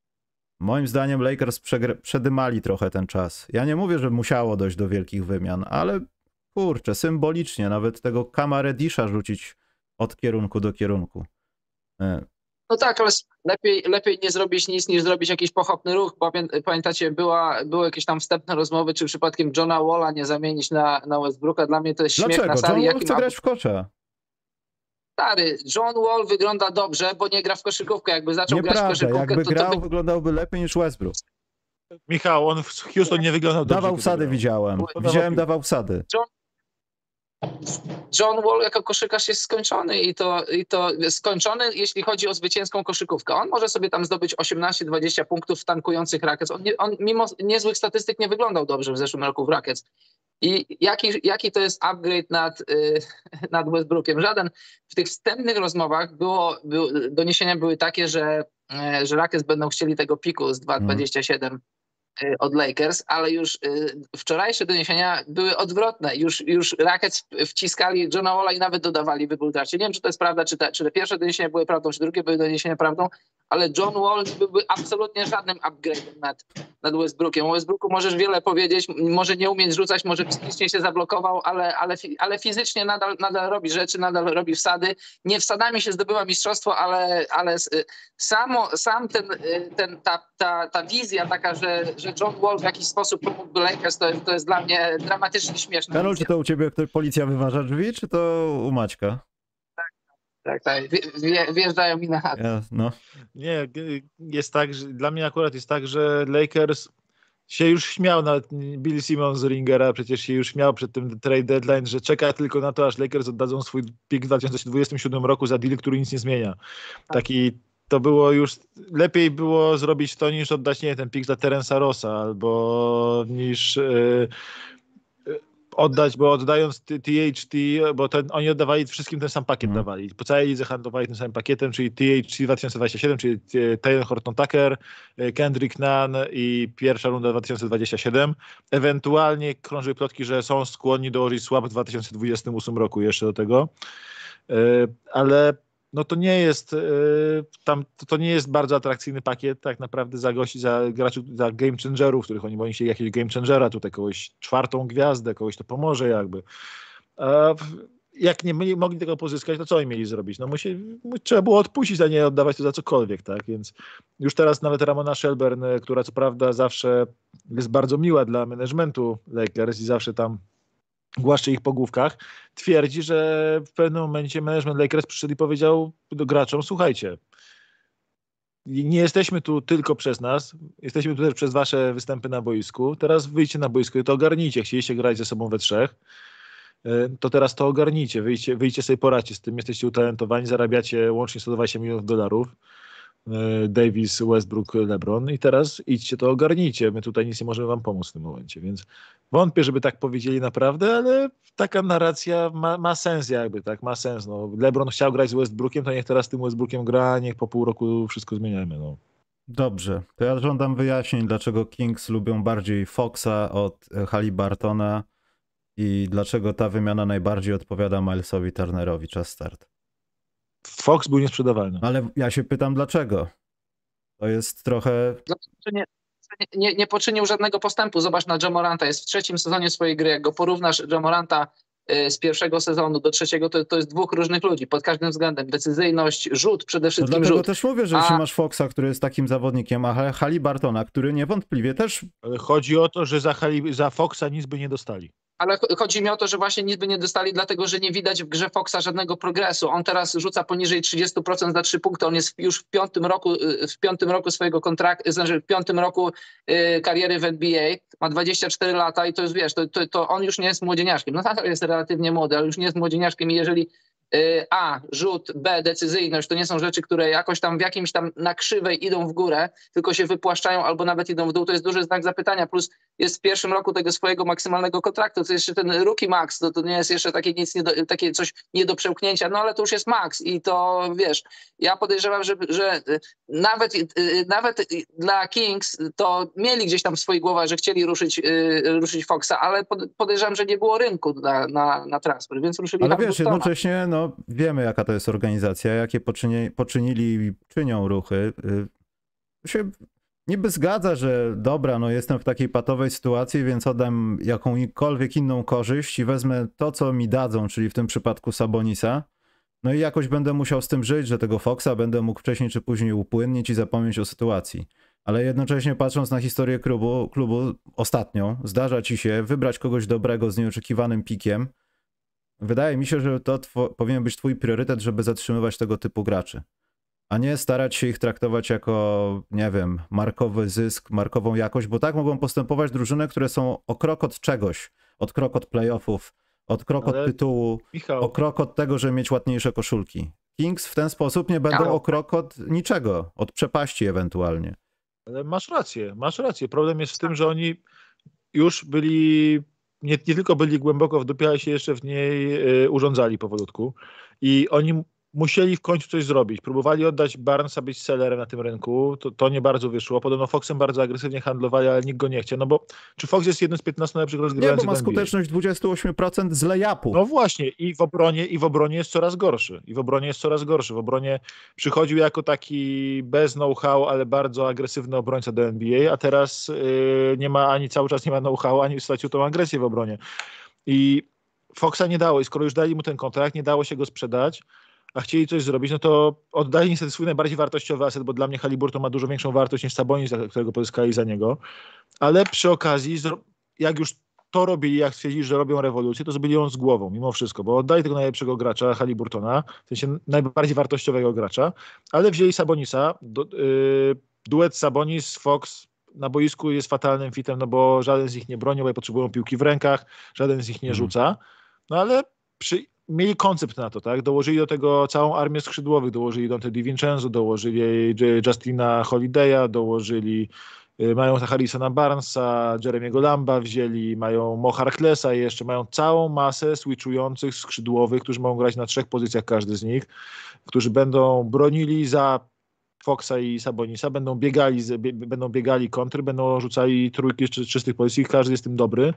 Moim zdaniem Lakers przedymali trochę ten czas. Ja nie mówię, że musiało dojść do wielkich wymian, ale kurczę, symbolicznie nawet tego Cama Reddisha rzucić od kierunku do kierunku. No tak, ale lepiej, lepiej nie zrobić nic, niż zrobić jakiś pochopny ruch. Pamiętacie, była, były jakieś tam wstępne rozmowy, czy przypadkiem Johna Walla nie zamienić na, na Westbrooka. Dla mnie to jest śmiech Dlaczego? na sali. John Wall chce grać w kosza. Stary, John Wall wygląda dobrze, bo nie gra w koszykówkę. Jakby zaczął Nieprawda. grać w koszykówkę, jakby to, grał, to by... wyglądałby lepiej niż Westbrook. Michał, on w Houston nie wyglądał dobrze. Dawał wsady, widziałem. Widziałem, dawał wsady. John... John Wall jako koszykarz jest skończony i to, i to skończony, jeśli chodzi o zwycięską koszykówkę. On może sobie tam zdobyć osiemnaście dwadzieścia punktów w tankujących Rockets. On, nie, on mimo niezłych statystyk nie wyglądał dobrze w zeszłym roku w Rockets. I jaki, jaki to jest upgrade nad, yy, nad Westbrookiem? Żaden. W tych wstępnych rozmowach było, było, doniesienia były takie, że, yy, że Rockets będą chcieli tego piku z dwa dwadzieścia siedem od Lakers, ale już y, wczorajsze doniesienia były odwrotne. Już, już Rockets wciskali Johna Walla i nawet dodawali wybór drafcie. Nie wiem, czy to jest prawda, czy te, czy te pierwsze doniesienia były prawdą, czy drugie były doniesienia prawdą, ale John Wall nie byłby absolutnie żadnym upgrade'em nad, nad Westbrookiem. O Westbrooku możesz wiele powiedzieć, może nie umieć rzucać, może psychicznie się zablokował, ale, ale, ale fizycznie nadal, nadal robi rzeczy, nadal robi wsady. Nie wsadami się zdobywa mistrzostwo, ale, ale samo, sam ten, ten, ta, ta, ta wizja taka, że, że John Wall w jakiś sposób pomógłby Lakers, to, to jest dla mnie dramatycznie śmieszne. Karol, czy to u ciebie ktoś, policja wyważa drzwi, czy to u Maćka? Tak, tak, tak. Wje, wjeżdżają mi na chatę. Ja, no. Nie, jest tak, że dla mnie akurat jest tak, że Lakers się już śmiał, nawet Bill Simmons z Ringera przecież się już śmiał przed tym trade deadline, że czeka tylko na to, aż Lakers oddadzą swój pick w dwa tysiące dwudziestym siódmym roku za deal, który nic nie zmienia. Taki to było już, lepiej było zrobić to, niż oddać, nie ten pick za Terensa Rossa, albo niż yy, oddać, bo oddając T H T, bo ten, oni oddawali wszystkim ten sam pakiet Mhm. dawali. Po całej lidze handlowali tym samym pakietem, czyli T H T dwa tysiące dwudziesty siódmy, czyli Taylor Horton Tucker, Kendrick Nunn i pierwsza runda dwa tysiące dwudziesty siódmy. Ewentualnie krążyły plotki, że są skłonni dołożyć swap w dwa tysiące dwudziestym ósmym roku jeszcze do tego. Ale no to nie jest tam, to nie jest bardzo atrakcyjny pakiet tak naprawdę za gości, za graczy, za game changerów, których oni boją się jakiegoś game changera, tutaj kogoś czwartą gwiazdę, kogoś to pomoże jakby. A jak nie mieli, mogli tego pozyskać, to co oni mieli zrobić? No musi, trzeba było odpuścić, a nie oddawać to za cokolwiek, tak? Więc już teraz nawet Ramona Shelburne, która co prawda zawsze jest bardzo miła dla managementu Lakers i zawsze tam głaszcze ich po główkach, twierdzi, że w pewnym momencie management Lakers przyszedł i powiedział do graczom, słuchajcie, nie jesteśmy tu tylko przez nas, jesteśmy tu też przez wasze występy na boisku, teraz wyjdźcie na boisko i to ogarnijcie, chcieliście grać ze sobą we trzech, to teraz to ogarnijcie, wyjdźcie, wyjdźcie sobie poradźcie z tym, jesteście utalentowani, zarabiacie łącznie sto dwadzieścia milionów dolarów, Davis, Westbrook, LeBron i teraz idźcie to ogarnijcie, my tutaj nic nie możemy wam pomóc w tym momencie, więc wątpię, żeby tak powiedzieli naprawdę, ale taka narracja ma, ma sens jakby, tak, ma sens, no. LeBron chciał grać z Westbrookiem, to niech teraz z tym Westbrookiem gra, niech po pół roku wszystko zmieniamy, no. Dobrze, to ja żądam wyjaśnień, dlaczego Kings lubią bardziej Foxa od Haliburtona i dlaczego ta wymiana najbardziej odpowiada Milesowi Turnerowi. Czas start. Fox był niesprzedawalny. Ale ja się pytam dlaczego. To jest trochę... Nie, nie, nie poczynił żadnego postępu. Zobacz na Ja Moranta. Jest w trzecim sezonie swojej gry. Jak go porównasz Ja Moranta z pierwszego sezonu do trzeciego, to, to jest dwóch różnych ludzi pod każdym względem. Decyzyjność, rzut, przede No wszystkim dlatego rzut. też mówię, że A... jeśli masz Foxa, który jest takim zawodnikiem, a Haliburtona, który niewątpliwie też... Ale chodzi o to, że za, Hali, za Foxa nic by nie dostali. Ale chodzi mi o to, że właśnie nic by nie dostali, dlatego że nie widać w grze Foxa żadnego progresu. On teraz rzuca poniżej trzydzieści procent za trzy punkty. On jest już w piątym roku, w piątym roku swojego kontraktu, znaczy w piątym roku kariery w N B A. Ma dwadzieścia cztery lata i to jest, wiesz, to, to, to on już nie jest młodzieniaszkiem. No tak, jest relatywnie młody, ale już nie jest młodzieniaszkiem i jeżeli A, rzut, B, decyzyjność, to nie są rzeczy, które jakoś tam w jakimś tam na krzywej idą w górę, tylko się wypłaszczają albo nawet idą w dół, to jest duży znak zapytania, plus jest w pierwszym roku tego swojego maksymalnego kontraktu, to jest jeszcze ten rookie max, to, to nie jest jeszcze takie nic, nie do, takie coś nie do przełknięcia, no ale to już jest max i to wiesz, ja podejrzewam, że, że nawet, nawet dla Kings to mieli gdzieś tam w swoich głowach, że chcieli ruszyć, ruszyć Foxa, ale podejrzewam, że nie było rynku na, na, na transfer, więc ruszyli Ale wiesz, jednocześnie no, wiemy, jaka to jest organizacja, jakie poczyni, poczynili, czynią ruchy. To się niby zgadza, że dobra, no jestem w takiej patowej sytuacji, więc oddam jakąkolwiek inną korzyść i wezmę to, co mi dadzą, czyli w tym przypadku Sabonisa. No i jakoś będę musiał z tym żyć, że tego Foxa będę mógł wcześniej czy później upłynnić i zapomnieć o sytuacji. Ale jednocześnie patrząc na historię klubu, klubu ostatnią, zdarza ci się wybrać kogoś dobrego z nieoczekiwanym pikiem. Wydaje mi się, że to powinien być twój priorytet, żeby zatrzymywać tego typu graczy, a nie starać się ich traktować jako, nie wiem, markowy zysk, markową jakość, bo tak mogą postępować drużyny, które są o krok od czegoś, od krok od playoffów, od krok Ale, od tytułu, Michał, o krok od tego, żeby mieć ładniejsze koszulki. Kings w ten sposób nie będą ale... o krok od niczego, od przepaści ewentualnie. Ale masz rację, masz rację. Problem jest w tym, że oni już byli... Nie, nie tylko byli głęboko w dupie, ale się jeszcze w niej y, urządzali powolutku. I oni musieli w końcu coś zrobić. Próbowali oddać Barnesa być sellerem na tym rynku. To, to nie bardzo wyszło. Podobno Foxem bardzo agresywnie handlowali, ale nikt go nie chciał. No bo czy Fox jest jednym z piętnastu najlepszych rozgrywających? Nie, bo ma skuteczność dwadzieścia osiem procent z layupu. No właśnie. I w obronie, i w obronie jest coraz gorszy. I w obronie jest coraz gorszy. W obronie przychodził jako taki bez know-how, ale bardzo agresywny obrońca do N B A, a teraz yy, nie ma ani cały czas nie ma know-how, ani stracił tą agresję w obronie. I Foxa nie dało. I skoro już dali mu ten kontrakt, nie dało się go sprzedać, a chcieli coś zrobić, no to oddali niestety swój najbardziej wartościowy aset, bo dla mnie Haliburton ma dużo większą wartość niż Sabonis, którego pozyskali za niego. Ale przy okazji, jak już to robili, jak stwierdzili, że robią rewolucję, to zrobili ją z głową, mimo wszystko, bo oddali tego najlepszego gracza, Haliburtona, w sensie najbardziej wartościowego gracza, ale wzięli Sabonisa, do, yy, duet Sabonis-Fox na boisku jest fatalnym fitem, no bo żaden z nich nie broni, bo potrzebują piłki w rękach, żaden z nich nie Mhm. rzuca, no ale przy mieli koncept na to, tak? Dołożyli do tego całą armię skrzydłowych, dołożyli Dante DiVincenzo, dołożyli Justina Holiday'a, dołożyli Mają Harrisona Barnesa, Jeremiego Lamba wzięli, mają Mo Harklessa i jeszcze mają całą masę switchujących skrzydłowych, którzy mogą grać na trzech pozycjach każdy z nich, którzy będą bronili za Foxa i Sabonisa, będą biegali, będą biegali kontry, będą rzucali trójki z czystych pozycji, każdy jest tym dobry.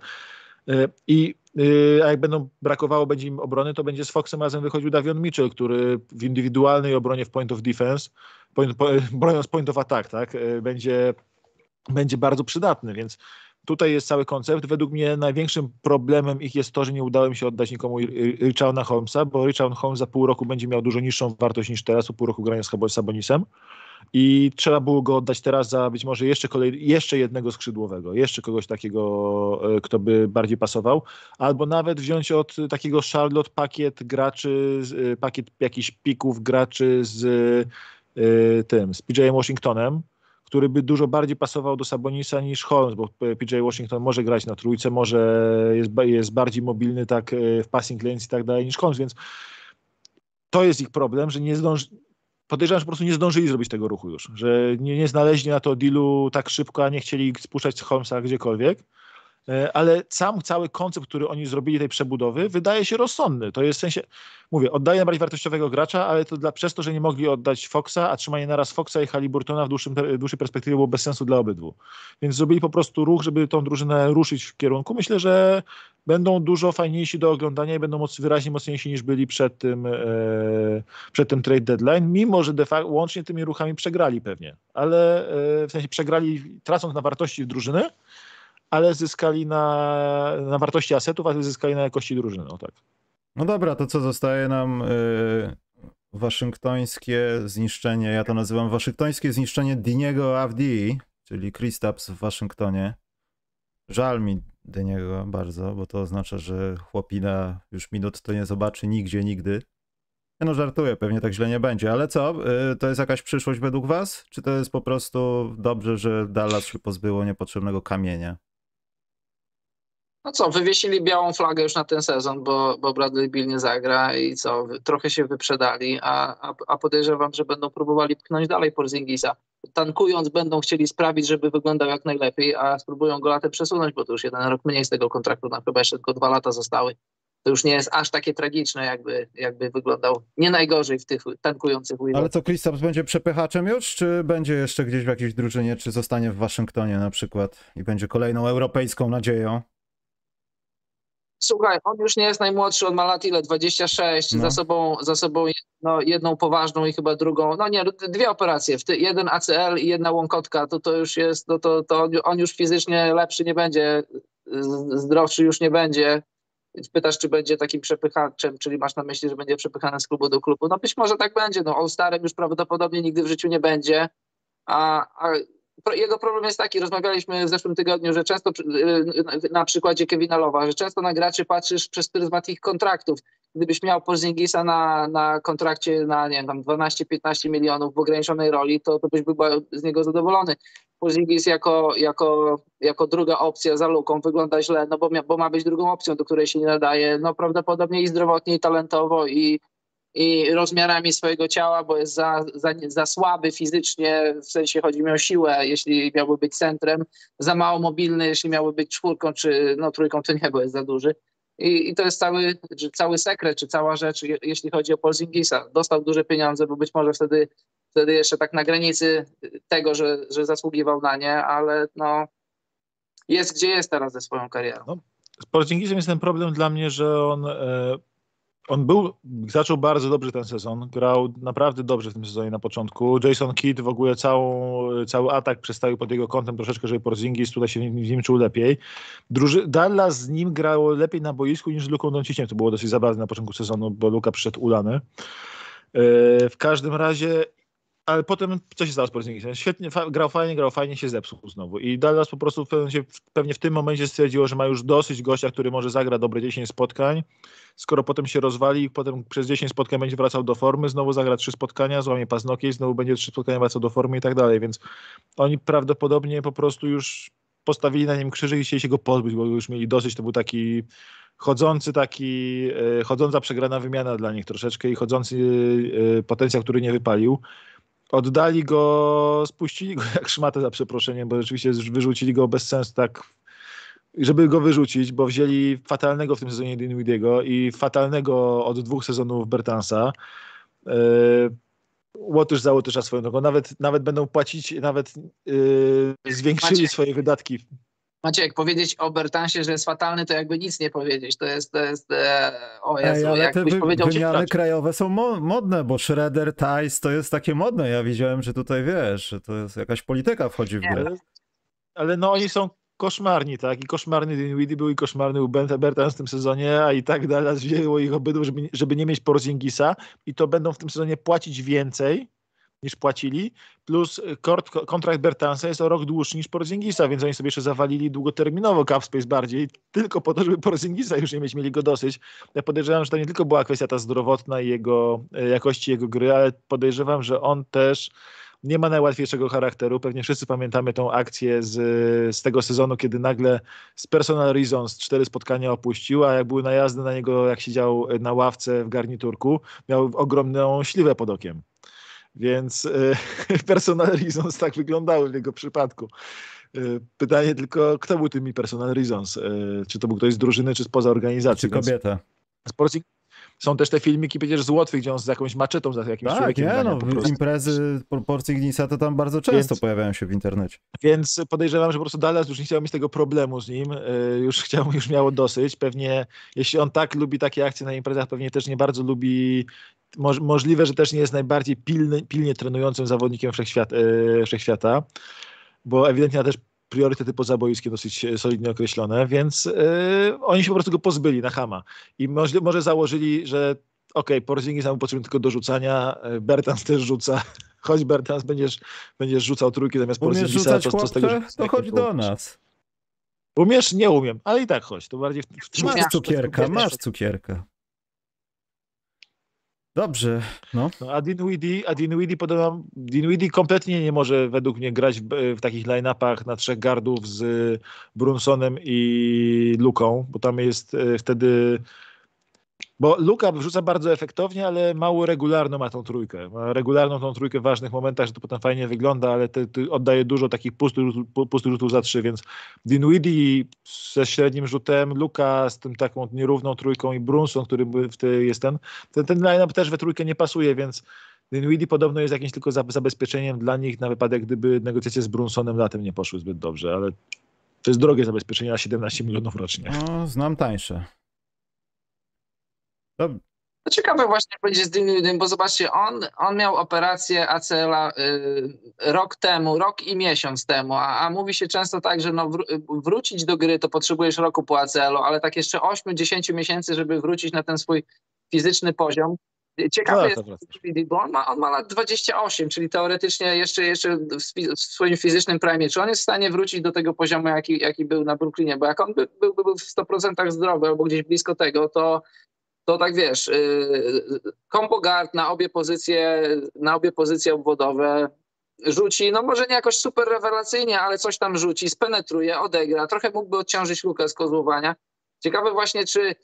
I a jak będą brakowało będzie im obrony, to będzie z Foxem razem wychodził Davion Mitchell, który w indywidualnej obronie w point of defense, point, broniąc point of attack, tak, będzie, będzie bardzo przydatny, więc tutaj jest cały koncept. Według mnie największym problemem ich jest to, że nie udało mi się oddać nikomu Richarda Holmesa, bo Richard Holmes za pół roku będzie miał dużo niższą wartość niż teraz, po pół roku grania z Sabonisem. I trzeba było go oddać teraz za być może jeszcze, kolej, jeszcze jednego skrzydłowego, jeszcze kogoś takiego, kto by bardziej pasował, albo nawet wziąć od takiego Charlotte pakiet graczy, pakiet jakichś pików graczy z y, tym, z P J Washingtonem, który by dużo bardziej pasował do Sabonisa niż Holmes, bo P J Washington może grać na trójce, może jest, jest bardziej mobilny tak w passing lanes i tak dalej niż Holmes, więc to jest ich problem, że nie zdąży. Podejrzewam, że po prostu nie zdążyli zrobić tego ruchu już, że nie, nie znaleźli na to dealu tak szybko, a nie chcieli spuszczać Holmesa gdziekolwiek, ale sam cały koncept, który oni zrobili tej przebudowy, wydaje się rozsądny. To jest w sensie, mówię, oddaję najbardziej wartościowego gracza, ale to dla, przez to, że nie mogli oddać Foxa, a trzymanie naraz Foxa i Haliburtona w dłuższym, dłuższej perspektywie było bez sensu dla obydwu. Więc zrobili po prostu ruch, żeby tą drużynę ruszyć w kierunku. Myślę, że będą dużo fajniejsi do oglądania i będą moc, wyraźnie mocniejsi niż byli przed tym, e, przed tym trade deadline, mimo że de facto łącznie tymi ruchami przegrali pewnie, ale e, w sensie przegrali tracąc na wartości drużyny, ale zyskali na, na wartości asetów, ale zyskali na jakości drużyny. No, tak. No dobra, to co zostaje nam yy, waszyngtońskie zniszczenie, ja to nazywam waszyngtońskie zniszczenie Diniego Avdii, czyli Kristaps w Waszyngtonie. Żal mi Diniego bardzo, bo to oznacza, że chłopina już minut to nie zobaczy nigdzie, nigdy. Ja no żartuję, pewnie tak źle nie będzie, ale co, yy, to jest jakaś przyszłość według was? Czy to jest po prostu dobrze, że Dallas się pozbyło niepotrzebnego kamienia? No co, wywiesili białą flagę już na ten sezon, bo, bo Bradley Beal nie zagra i co, trochę się wyprzedali, a, a, a podejrzewam, że będą próbowali pchnąć dalej Porzingisa. Tankując będą chcieli sprawić, żeby wyglądał jak najlepiej, a spróbują go latem przesunąć, bo to już jeden rok mniej z tego kontraktu, na chyba jeszcze tylko dwa lata zostały. To już nie jest aż takie tragiczne, jakby, jakby wyglądał nie najgorzej w tych tankujących Wizards. Ale co, Kristaps będzie przepychaczem już, czy będzie jeszcze gdzieś w jakiejś drużynie, czy zostanie w Waszyngtonie na przykład i będzie kolejną europejską nadzieją? Słuchaj, on już nie jest najmłodszy, on ma lat ile? dwadzieścia sześć, no. za sobą, za sobą no, jedną poważną i chyba drugą, no nie, dwie operacje, w ty, jeden A C L i jedna łąkotka, to to już jest, no to, to on już fizycznie lepszy nie będzie, zdrowszy już nie będzie. Pytasz, czy będzie takim przepychaczem, czyli masz na myśli, że będzie przepychany z klubu do klubu. No być może tak będzie, no All-Starem już prawdopodobnie nigdy w życiu nie będzie, a, a jego problem jest taki, rozmawialiśmy w zeszłym tygodniu, że często na przykładzie Kevina Love'a, że często na graczy patrzysz przez pryzmat ich kontraktów. Gdybyś miał Porzingisa na, na kontrakcie na nie wiem, tam dwanaście piętnaście milionów w ograniczonej roli, to, to byś był z niego zadowolony. Porzingis jako, jako, jako druga opcja za luką wygląda źle, no bo, mia, bo ma być drugą opcją, do której się nie nadaje, no prawdopodobnie i zdrowotnie, i talentowo, i i rozmiarami swojego ciała, bo jest za, za, za słaby fizycznie, w sensie chodzi mi o siłę, jeśli miałby być centrem, za mało mobilny, jeśli miałby być czwórką, czy no trójką, to nie, bo jest za duży. I, i to jest cały, cały sekret, czy cała rzecz, jeśli chodzi o Porzingisa. Dostał duże pieniądze, bo być może wtedy, wtedy jeszcze tak na granicy tego, że, że zasługiwał na nie, ale no jest gdzie jest teraz ze swoją karierą. No, z Porzingisem jest ten problem dla mnie, że on... E... On był, zaczął bardzo dobrze ten sezon, grał naprawdę dobrze w tym sezonie na początku. Jason Kidd w ogóle całą, cały atak przestawił pod jego kątem troszeczkę, żeby Porzingis tutaj się w nim czuł lepiej. Druży- Dallas z nim grało lepiej na boisku niż z Luką Donciciem. To było dosyć zabawne na początku sezonu, bo Luka przyszedł ulany. Yy, w każdym razie, ale potem co się stało z Porzingisem? Świetnie, fa- grał fajnie, grał fajnie, się zepsuł znowu. I Dallas po prostu pewnie, pewnie w tym momencie stwierdziło, że ma już dosyć gościa, który może zagra dobre dziesięć spotkań. Skoro potem się rozwali, potem przez dziesięć spotkań będzie wracał do formy, znowu zagra trzy spotkania, złamie paznokieć, znowu będzie trzy spotkania wracał do formy i tak dalej, więc oni prawdopodobnie po prostu już postawili na nim krzyżyk i chcieli się go pozbyć, bo już mieli dosyć, to był taki chodzący taki, chodząca przegrana wymiana dla nich troszeczkę i chodzący potencjał, który nie wypalił. oddali go, spuścili go jak szmatę za przeproszeniem, bo rzeczywiście wyrzucili go bez sensu tak, żeby go wyrzucić, bo wzięli fatalnego w tym sezonie Dinwidiego i fatalnego od dwóch sezonów Bertansa. Łotysz za Łotysza swoją drogą. Nawet, nawet będą płacić, nawet yy, zwiększyli Maciek. swoje wydatki. Maciek, powiedzieć o Bertansie, że jest fatalny, to jakby nic nie powiedzieć. To jest, to jest e, o Jezu, Ej, ale te jakbyś wy, powiedział... wymiany krajowe są mo modne, bo Schroeder, Tice to jest takie modne. Ja widziałem, że tutaj wiesz, że to jest jakaś polityka wchodzi w grę. Ale, ale no oni są koszmarni, tak? I koszmarny Dinwiddie był i koszmarny był Bertans w tym sezonie, a i tak dalej wzięło ich obydwu, żeby, żeby nie mieć Porzingisa i to będą w tym sezonie płacić więcej niż płacili, plus kort, kontrakt Bertansa jest o rok dłuższy niż Porzingisa, więc oni sobie jeszcze zawalili długoterminowo cap space bardziej, tylko po to, żeby Porzingisa już nie mieć, mieli go dosyć. Ja podejrzewam, że to nie tylko była kwestia ta zdrowotna i jego, jakości jego gry, ale podejrzewam, że on też nie ma najłatwiejszego charakteru. Pewnie wszyscy pamiętamy tą akcję z, z tego sezonu, kiedy nagle z personal reasons cztery spotkania opuścił, a jak były najazdy na niego, jak siedział na ławce w garniturku, miał ogromną śliwę pod okiem. Więc y, personal reasons tak wyglądały w jego przypadku. Y, pytanie tylko, kto był tymi personal reasons? Y, czy to był ktoś z drużyny, czy spoza organizacji? Czy kobieta? Więc są też te filmiki przecież z Łotwy, gdzie on z jakąś maczetą, za jakimś Tak, człowiekiem nie, no, po prostu. imprezy Porzinghisa to tam bardzo często Więc, pojawiają się w internecie. Więc podejrzewam, że po prostu Dallas już nie chciał mieć tego problemu z nim, y, już chciał, już miało dosyć. Pewnie, jeśli on tak lubi takie akcje na imprezach, pewnie też nie bardzo lubi. Moż, możliwe, że też nie jest najbardziej pilny, pilnie trenującym zawodnikiem wszechświat, yy, wszechświata, bo ewidentnie ma też priorytety pozaboiskie dosyć solidnie określone, więc yy, oni się po prostu go pozbyli na chama. I może, może założyli, że okej, okay, Porzingis nam potrzebny tylko do rzucania, Bertans też rzuca. Chodź Bertans, będziesz, będziesz rzucał trójki zamiast Umiesz Porzingisa. rzucać, to, chłopcze? to, z tego, To chodź do nas. Umiesz? Nie umiem, ale i tak chodź. To bardziej w, w, Masz Umiesz, cukierka, masz cukierka. Dobrze, no. No, a Dinwiddie, a Dinwiddie, podobno, Dinwiddie kompletnie nie może według mnie grać w, w takich line-upach na trzech gardów z Brunsonem i Luką, bo tam jest e, wtedy... Bo Luka wrzuca bardzo efektownie, ale mało regularną ma tą trójkę. Ma regularną tą trójkę w ważnych momentach, że to potem fajnie wygląda, ale te, te oddaje dużo takich pustych rzutów, pustych rzutów za trzy, więc Dinwiddie ze średnim rzutem, Luka z tym taką nierówną trójką i Brunson, który w tej jest ten, ten, ten line-up też we trójkę nie pasuje, więc Dinwiddie podobno jest jakimś tylko zabezpieczeniem dla nich na wypadek, gdyby negocjacje z Brunsonem latem nie poszły zbyt dobrze, ale to jest drogie zabezpieczenie na siedemnaście milionów rocznie. No, znam tańsze. Dob To ciekawe właśnie będzie z Dinwiddiem, bo zobaczcie, on, on miał operację A C L-a y, rok temu, rok i miesiąc temu, a, a mówi się często tak, że no wró wrócić do gry to potrzebujesz roku po A C L-u, ale tak jeszcze osiem do dziesięciu miesięcy, żeby wrócić na ten swój fizyczny poziom. Ciekawe jest, bo on ma, on ma lat dwadzieścia osiem, czyli teoretycznie jeszcze, jeszcze w, w swoim fizycznym prime. Czy on jest w stanie wrócić do tego poziomu, jaki, jaki był na Brooklynie? Bo jak on by, był, był w sto procentach zdrowy albo gdzieś blisko tego, to to tak wiesz, combo guard na obie pozycje, na obie pozycje obwodowe rzuci, no może nie jakoś super rewelacyjnie, ale coś tam rzuci, spenetruje, odegra, trochę mógłby odciążyć Lukę z kozłowania. Ciekawe właśnie, czy,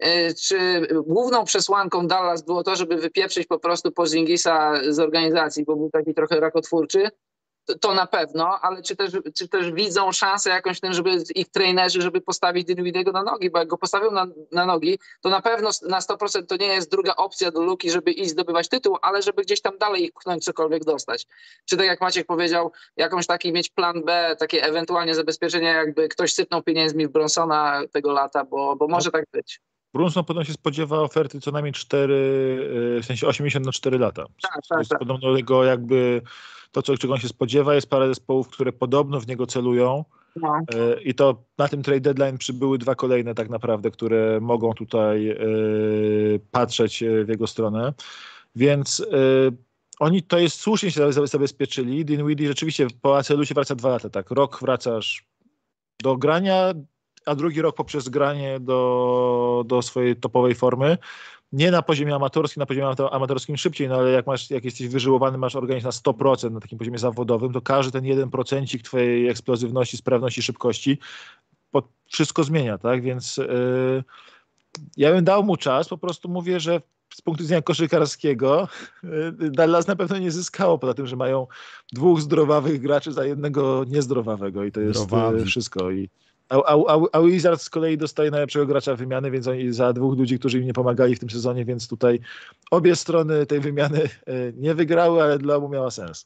czy główną przesłanką Dallas było to, żeby wypieprzyć po prostu Porzingisa z organizacji, bo był taki trochę rakotwórczy. To na pewno, ale czy też, czy też widzą szansę jakąś w tym, żeby ich trenerzy, żeby postawić Dinwiddiego na nogi, bo jak go postawią na, na nogi, to na pewno na sto procent to nie jest druga opcja do Luki, żeby iść zdobywać tytuł, ale żeby gdzieś tam dalej ich pchnąć, cokolwiek dostać. Czy tak jak Maciek powiedział, jakąś taki mieć plan B, takie ewentualnie zabezpieczenie, jakby ktoś sypnął pieniędzmi w Brunsona tego lata, bo, bo może tak być. Brunson podobno się spodziewa oferty co najmniej cztery, w sensie osiemdziesiąt na cztery lata. Tak, tak, jest tak. podobno jego jakby to, co, czego on się spodziewa, jest parę zespołów, które podobno w niego celują. No. I to na tym trade deadline przybyły dwa kolejne tak naprawdę, które mogą tutaj y, patrzeć w jego stronę. Więc y, oni to jest słusznie się zabezpieczyli. Dinwiddie rzeczywiście po A C L-u się wraca dwa lata. Tak, rok wracasz do grania, a drugi rok poprzez granie do, do swojej topowej formy. Nie na poziomie amatorskim, na poziomie amatorskim szybciej, no ale jak masz, jak jesteś wyżyłowany, masz organizm na sto procent na takim poziomie zawodowym, to każdy ten jeden procencik twojej eksplozywności, sprawności, szybkości, wszystko zmienia, tak? Więc yy, ja bym dał mu czas, po prostu mówię, że z punktu widzenia koszykarskiego Dallas na pewno nie zyskało, poza tym, że mają dwóch zdrowawych graczy za jednego niezdrowawego i to jest Zdrowawi. wszystko. I, a, a, a Wizards z kolei dostaje najlepszego gracza wymiany, więc oni za dwóch ludzi, którzy im nie pomagali w tym sezonie, więc tutaj obie strony tej wymiany nie wygrały, ale dla obu miała sens.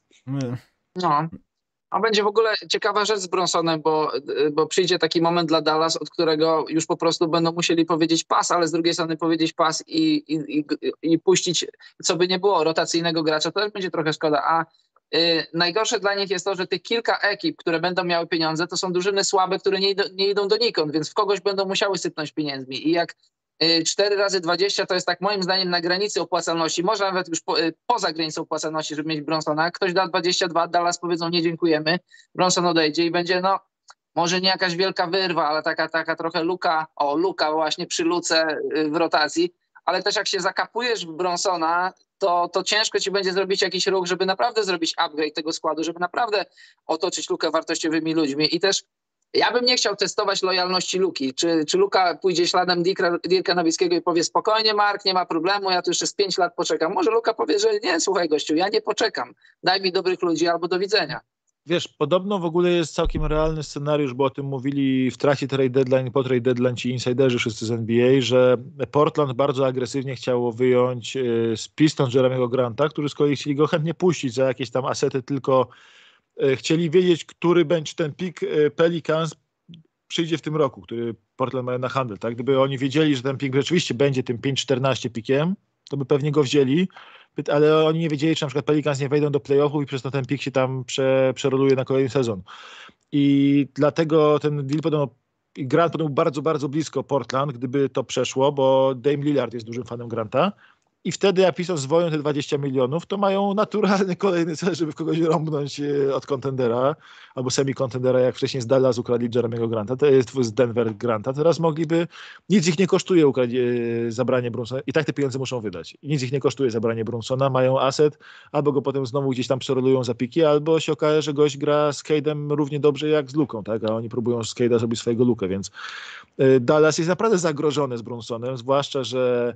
No. A będzie w ogóle ciekawa rzecz z Bronsonem, bo, bo przyjdzie taki moment dla Dallas, od którego już po prostu będą musieli powiedzieć pas, ale z drugiej strony powiedzieć pas i, i, i, i puścić, co by nie było, rotacyjnego gracza, to też będzie trochę szkoda. A y, najgorsze dla nich jest to, że tych kilka ekip, które będą miały pieniądze, to są drużyny słabe, które nie, idą, nie idą donikąd, więc w kogoś będą musiały sypnąć pieniędzmi. I jak cztery razy dwadzieścia to jest tak moim zdaniem na granicy opłacalności, może nawet już po, poza granicą opłacalności, żeby mieć Bronsona. Ktoś da dwadzieścia dwa, Dallas powiedzą nie dziękujemy, Bronson odejdzie i będzie no może nie jakaś wielka wyrwa, ale taka, taka trochę luka, o luka właśnie przy luce w rotacji, ale też jak się zakapujesz w Bronsona, to, to ciężko ci będzie zrobić jakiś ruch, żeby naprawdę zrobić upgrade tego składu, żeby naprawdę otoczyć lukę wartościowymi ludźmi i też ja bym nie chciał testować lojalności Luki. Czy, czy Luka pójdzie śladem Dirka Nowickiego i powie spokojnie Mark, nie ma problemu, ja tu jeszcze z pięć lat poczekam. Może Luka powie, że nie, słuchaj gościu, ja nie poczekam. Daj mi dobrych ludzi albo do widzenia. Wiesz, podobno w ogóle jest całkiem realny scenariusz, bo o tym mówili w trakcie trade deadline, po trade deadline ci insiderzy wszyscy z N B A, że Portland bardzo agresywnie chciało wyjąć z Pistons Jeremy'ego Granta, którzy z kolei chcieli go chętnie puścić za jakieś tam asety, tylko chcieli wiedzieć, który będzie ten pik Pelicans przyjdzie w tym roku, który Portland mają na handel. Tak? Gdyby oni wiedzieli, że ten pik rzeczywiście będzie tym pięć czternaście pikiem, to by pewnie go wzięli, ale oni nie wiedzieli, czy na przykład Pelicans nie wejdą do playoffów i przez to ten pik się tam prze, przeroluje na kolejny sezon. I dlatego ten deal podobno, Grant podobno był bardzo, bardzo blisko Portland, gdyby to przeszło, bo Dame Lillard jest dużym fanem Granta. I wtedy jak Pistons zwoją te dwadzieścia milionów, to mają naturalny kolejny cel, żeby w kogoś rąbnąć od kontendera albo semi-kontendera, jak wcześniej z Dallas ukradli Jeremy'ego Granta, to jest z Denver Granta. Teraz mogliby, nic ich nie kosztuje ukraść, zabranie Brunsona i tak te pieniądze muszą wydać. Nic ich nie kosztuje zabranie Brunsona, mają aset, albo go potem znowu gdzieś tam przerolują za piki, albo się okaże, że gość gra z Cade'em równie dobrze jak z Luką, tak? A oni próbują z Cade'a zrobić swojego Lukę, więc Dallas jest naprawdę zagrożony z Brunsonem, zwłaszcza, że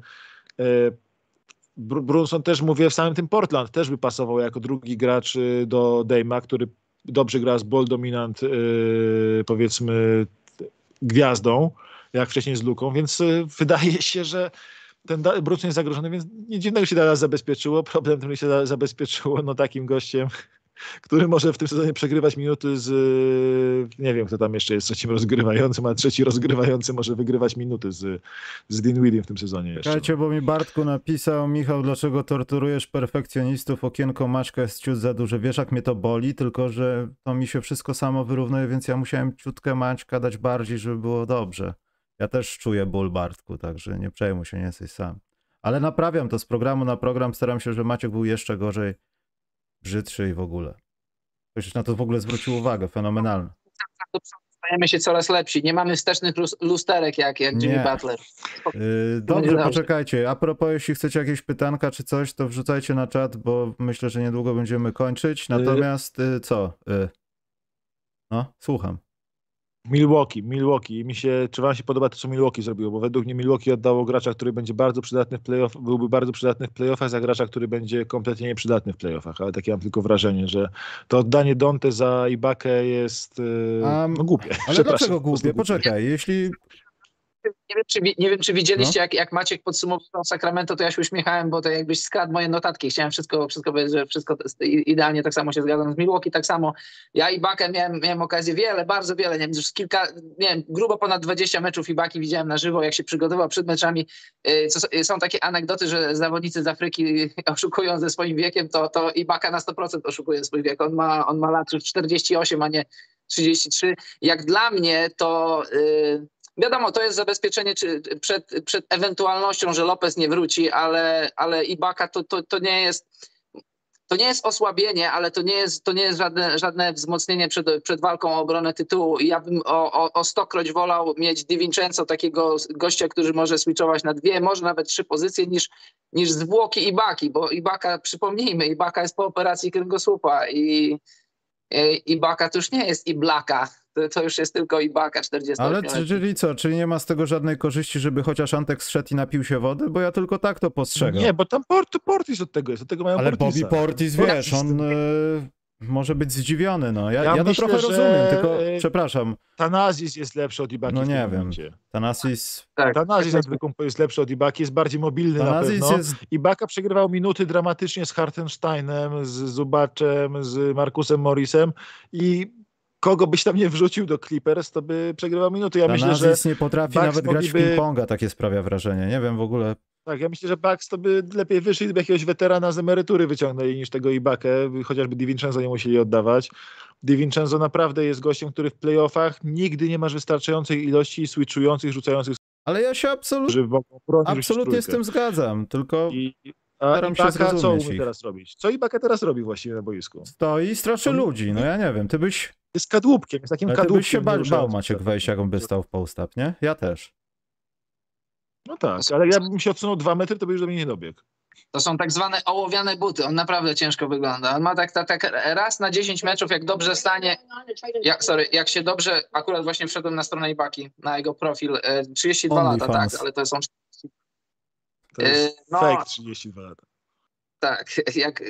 Brunson też, mówię, w samym tym Portland też by pasował jako drugi gracz do Dame'a, który dobrze gra z ball dominant, yy, powiedzmy, gwiazdą, jak wcześniej z Luką, więc yy, wydaje się, że ten Brunson jest zagrożony, więc nie dziwnego się Dallas zabezpieczyło. Problem tym się zabezpieczyło no takim gościem, który może w tym sezonie przegrywać minuty z, nie wiem kto tam jeszcze jest trzecim rozgrywającym, a trzeci rozgrywający może wygrywać minuty z, z Dinwiddiem w tym sezonie jeszcze. Czekajcie, bo mi Bartku napisał, Michał, dlaczego torturujesz perfekcjonistów, okienko Maćka jest ciut za duże, wiesz jak mnie to boli, tylko że to mi się wszystko samo wyrównuje, więc ja musiałem ciutkę Maćka dać bardziej, żeby było dobrze. Ja też czuję ból, Bartku, także nie przejmuj się, nie jesteś sam. Ale naprawiam to z programu na program, staram się, żeby Maciek był jeszcze gorzej, brzydszy i w ogóle. Ktoś na to w ogóle zwrócił uwagę, fenomenalne. Stajemy się coraz lepsi. Nie mamy wstecznych lusterek jak, jak Jimmy Nie. Butler. Yy, dobrze, poczekajcie. A propos, jeśli chcecie jakieś pytanka czy coś, to wrzucajcie na czat, bo myślę, że niedługo będziemy kończyć. Natomiast yy, co? Yy. No, słucham. Milwaukee, Milwaukee. Mi się, czy wam się podoba to, co Milwaukee zrobiło? Bo według mnie Milwaukee oddało gracza, który będzie bardzo przydatny w playoff, byłby bardzo przydatny w playoffach, za gracza, który będzie kompletnie nieprzydatny w playoffach. Ale takie mam tylko wrażenie, że to oddanie Donte za Ibakę jest yy, um, no, głupie. Ale dlaczego głupie? Poczekaj, jeśli... Nie wiem, czy, nie wiem, czy widzieliście, no. jak, jak Maciek podsumował Sacramento, to ja się uśmiechałem, bo to jakbyś skradł moje notatki. Chciałem wszystko, wszystko powiedzieć, że wszystko idealnie tak samo się zgadzam. Z Milwaukee tak samo. Ja Ibakę miałem, miałem okazję wiele, bardzo wiele, nie wiem, już kilka, nie wiem, grubo ponad dwadzieścia meczów Ibaki widziałem na żywo, jak się przygotowywał przed meczami. Są takie anegdoty, że zawodnicy z Afryki oszukują ze swoim wiekiem, to, to Ibaka na sto procent oszukuje swój wiek. On ma, on ma lat czterdzieści osiem, a nie trzydzieści trzy. Jak dla mnie to... Yy, Wiadomo, to jest zabezpieczenie czy przed, przed ewentualnością, że Lopez nie wróci, ale, ale Ibaka to, to, to nie jest to nie jest osłabienie, ale to nie jest, to nie jest żadne, żadne wzmocnienie przed, przed walką o obronę tytułu. I ja bym o, o, o stokroć wolał mieć DiVincenzo, takiego gościa, który może switchować na dwie, może nawet trzy pozycje, niż, niż zwłoki Ibaki, bo Ibaka, przypomnijmy, Ibaka jest po operacji kręgosłupa i Ibaka to już nie jest Iblaka, To, to już jest tylko Ibaka czterdziestoosiem. Ale czyli co, czyli nie ma z tego żadnej korzyści, żeby chociaż Antek zszedł i napił się wody? Bo ja tylko tak to postrzegam. Nie, bo tam Port, Portis od tego jest, od tego mają Ale Portisa. Bobby Portis, wiesz, on y, może być zdziwiony, no. Ja, Ja ja, myślę, to trochę że, rozumiem, tylko, y, przepraszam, Tanazis jest lepszy od Ibaki no w tym nie wiem, momencie. Tanazis, Tak. Tanazis jak zwykle jest lepszy od Ibaki, jest bardziej mobilny Tanazis na pewno. jest, Ibaka przegrywał minuty dramatycznie z Hartensteinem, z Zubaczem, z Markusem Morrisem i kogo byś tam nie wrzucił do Clippers, to by przegrywał minuty. Ja myślę, że Tanazis nie potrafi Bucks nawet grać w mogliby- ping-ponga, takie sprawia wrażenie, nie wiem w ogóle. tak, ja myślę, że Bucks to by lepiej wyszli, gdyby jakiegoś weterana z emerytury wyciągnęli niż tego Ibakę, chociażby DiVincenzo nie musieli oddawać. DiVincenzo naprawdę jest gościem, który w playoffach nigdy nie masz wystarczającej ilości switchujących, rzucających, Ale ja się absolutnie, że mogą bronić absolutnie z tym zgadzam, tylko I, a Staram się Ibaka co zrozumieć umie ich. teraz robić? Co Ibaka teraz robi właściwie na boisku? stoi i straszy On- ludzi, no ja nie wiem, ty byś, Jest kadłubkiem, jest takim ale ty kadłubkiem. byś się ba- bał, nieruszającym Maciek, się. wejść, jak on by stał w post-up, nie? Ja też. No tak, ale jakbym się odsunął dwa metry, to by już do mnie nie dobiegł. To są tak zwane ołowiane buty. On naprawdę ciężko wygląda. On ma tak, tak, tak raz na dziesięć meczów, jak dobrze stanie. Jak, sorry, jak się dobrze. Akurat właśnie wszedłem na stronę Ibaki, na jego profil. e, trzydzieści dwa Only lata, fans. tak, ale to są. To jest Yy, no. fake trzydzieści dwa lata. Tak, jak.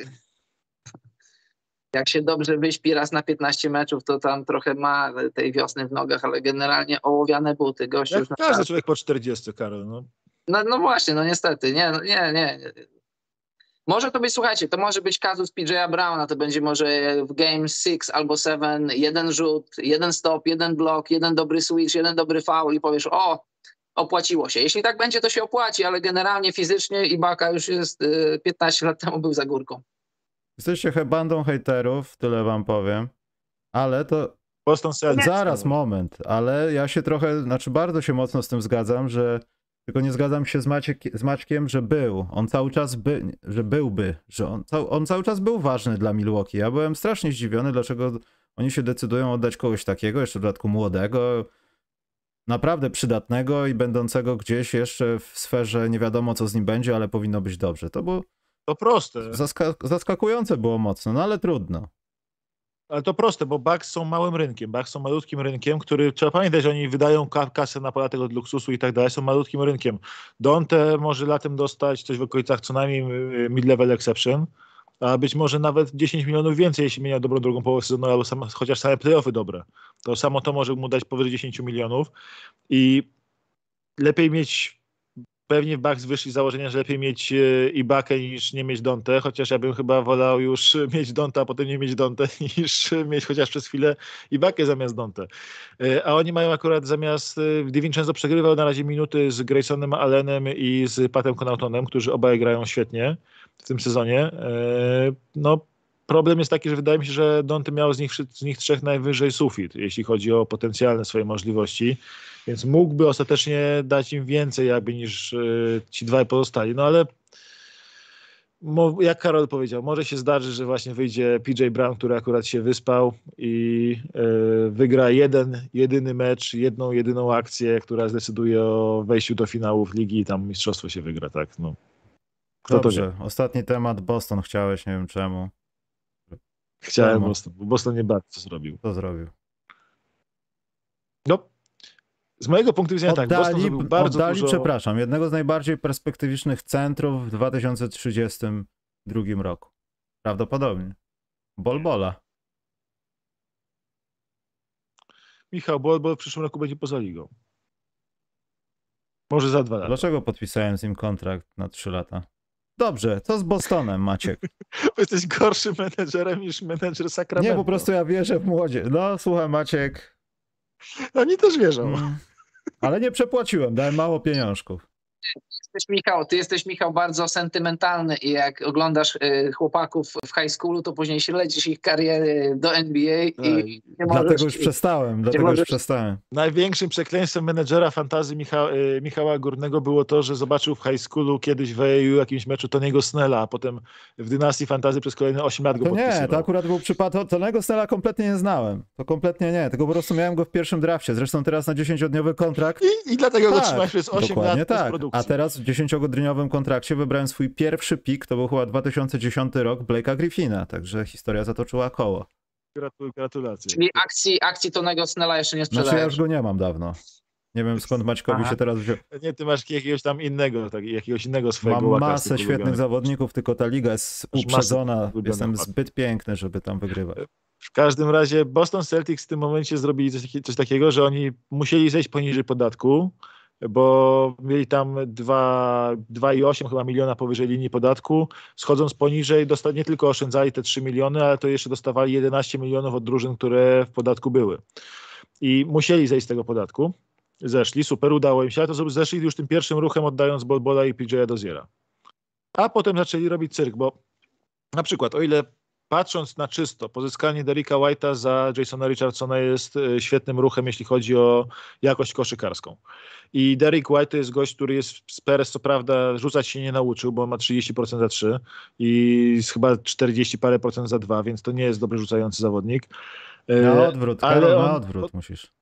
Jak się dobrze wyśpi raz na piętnaście meczów, to tam trochę ma tej wiosny w nogach, ale generalnie ołowiane buty. Gościu Jak już każdy naprawdę. człowiek po czterdziestu, Karol. No. No, no właśnie, no niestety, nie, no nie, nie. Może to być, słuchajcie, to może być kazus P J Browna, to będzie może w game six albo seven, jeden rzut, jeden stop, jeden blok, jeden dobry switch, jeden dobry foul i powiesz, o, opłaciło się. Jeśli tak będzie, to się opłaci, ale generalnie fizycznie Ibaka już jest y, piętnaście lat temu był za górką. Jesteście he- bandą hejterów, tyle wam powiem, ale to Boston Celtics. zaraz, moment, ale ja się trochę, znaczy bardzo się mocno z tym zgadzam, że tylko nie zgadzam się z, Maciek, z Maćkiem, że był, on cały czas by, że byłby, że on, cał, on cały czas był ważny dla Milwaukee. Ja byłem strasznie zdziwiony, dlaczego oni się decydują oddać kogoś takiego, jeszcze w dodatku młodego, naprawdę przydatnego i będącego gdzieś jeszcze w sferze nie wiadomo co z nim będzie, ale powinno być dobrze. To było To proste. zaska zaskakujące było mocno, no ale trudno. Ale to proste, bo Bucks są małym rynkiem. Bucks są malutkim rynkiem, który, trzeba pamiętać, że oni wydają ka kasę na podatek od luksusu i tak dalej, są malutkim rynkiem. Dante może latem dostać coś w okolicach co najmniej mid-level exception, a być może nawet dziesięć milionów więcej, jeśli miał dobrą drugą połowę sezonu, albo sam, chociaż same playoffy dobre. To samo to może mu dać powyżej dziesięć milionów i lepiej mieć, pewnie w Bucks wyszli z założenia, że lepiej mieć e, Ibakę niż nie mieć Dante, chociaż ja bym chyba wolał już mieć Dante, a potem nie mieć Dante, niż mieć chociaż przez chwilę Ibakę zamiast Dante. E, a oni mają akurat zamiast, e, DiVincenzo przegrywał na razie minuty z Graysonem Allenem i z Patem Connaughtonem, którzy obaj grają świetnie w tym sezonie. E, no problem jest taki, że wydaje mi się, że Dante miał z nich, z nich trzech najwyżej sufit, jeśli chodzi o potencjalne swoje możliwości. Więc mógłby ostatecznie dać im więcej jakby niż y, ci dwaj pozostali. No ale mo, jak Karol powiedział, może się zdarzy, że właśnie wyjdzie P J Brown, który akurat się wyspał i y, wygra jeden, jedyny mecz, jedną, jedyną akcję, która zdecyduje o wejściu do finałów ligi i tam mistrzostwo się wygra, tak? No. Kto Dobrze, to wie? ostatni temat, Boston chciałeś, nie wiem czemu. Chciałem Czemu? Boston, bo Boston nie bardzo co zrobił. Co zrobił? No, z mojego punktu widzenia tak, Boston Oddali, zrobił bardzo oddali dużo... przepraszam, jednego z najbardziej perspektywicznych centrów w dwa tysiące trzydziestym drugim roku. Prawdopodobnie. Bolbola. Michał, bo, bo w przyszłym roku będzie poza ligą. Może za dwa lata. Dlaczego podpisałem z nim kontrakt na trzy lata? Dobrze, co z Bostonem, Maciek? Bo jesteś gorszym menedżerem niż menedżer Sacramento. Nie, po prostu ja wierzę w młodzież. No, słuchaj, Maciek. Oni też wierzą. Mm, ale nie przepłaciłem, dałem mało pieniążków. Jesteś, Michał, ty jesteś, Michał, bardzo sentymentalny i jak oglądasz y, chłopaków w high schoolu, to później śledzisz ich kariery do N B A Tak. i nie Dlatego możesz... już przestałem, dlatego już możesz- przestałem. Największym przekleństwem menedżera fantazji Micha y, Michała Górnego było to, że zobaczył w high schoolu kiedyś w A A U jakimś meczu Tony'ego Snella, a potem w dynastii fantazji przez kolejne osiem lat go To podpisywał. nie, to akurat był przypadek, Tonego Snella kompletnie nie znałem. To kompletnie nie, tylko po prostu miałem go w pierwszym drafcie. Zresztą teraz na dziesięciodniowy kontrakt. I, I dlatego go Tak, trzymałeś przez osiem dokładnie lat bez tak. produkcji. A teraz w dziesięciogodniowym kontrakcie wybrałem swój pierwszy pik, to był chyba dwa tysiące dziesiąty rok, Blake'a Griffina, także historia zatoczyła koło. Gratul- Gratulacje. Czyli akcji, akcji Tonego Snella jeszcze nie sprzedajesz. Znaczy ja już go nie mam dawno. Nie wiem skąd Maćkowi Aha. się teraz wziął. Nie, ty masz jakiegoś tam innego, tak, jakiegoś innego swojego Mam łaka z masę tych świetnych ulubionych. zawodników, tylko ta liga jest Masz masę uprzedzona. ulubionych Jestem łaków. zbyt piękny, żeby tam wygrywać. W każdym razie Boston Celtics w tym momencie zrobili coś, taki- coś takiego, że oni musieli zejść poniżej podatku, bo mieli tam dwa i osiem chyba miliona powyżej linii podatku. Schodząc poniżej, dosta- nie tylko oszczędzali te trzy miliony, ale to jeszcze dostawali jedenaście milionów od drużyn, które w podatku były. I musieli zejść z tego podatku. Zeszli, super, udało im się, ale to zeszli już tym pierwszym ruchem, oddając Bol Bola i P J Doziera. A potem zaczęli robić cyrk, bo na przykład, o ile patrząc na czysto, pozyskanie Derricka White'a za Jasona Richardsona jest e, świetnym ruchem, jeśli chodzi o jakość koszykarską. I Derrick White to jest gość, który jest z Spurs, co prawda rzucać się nie nauczył, bo on ma trzydzieści procent za trzy i chyba czterdzieści parę procent za dwa, więc to nie jest dobrze rzucający zawodnik. E, Na odwrót, ale Karol, on- na odwrót musisz.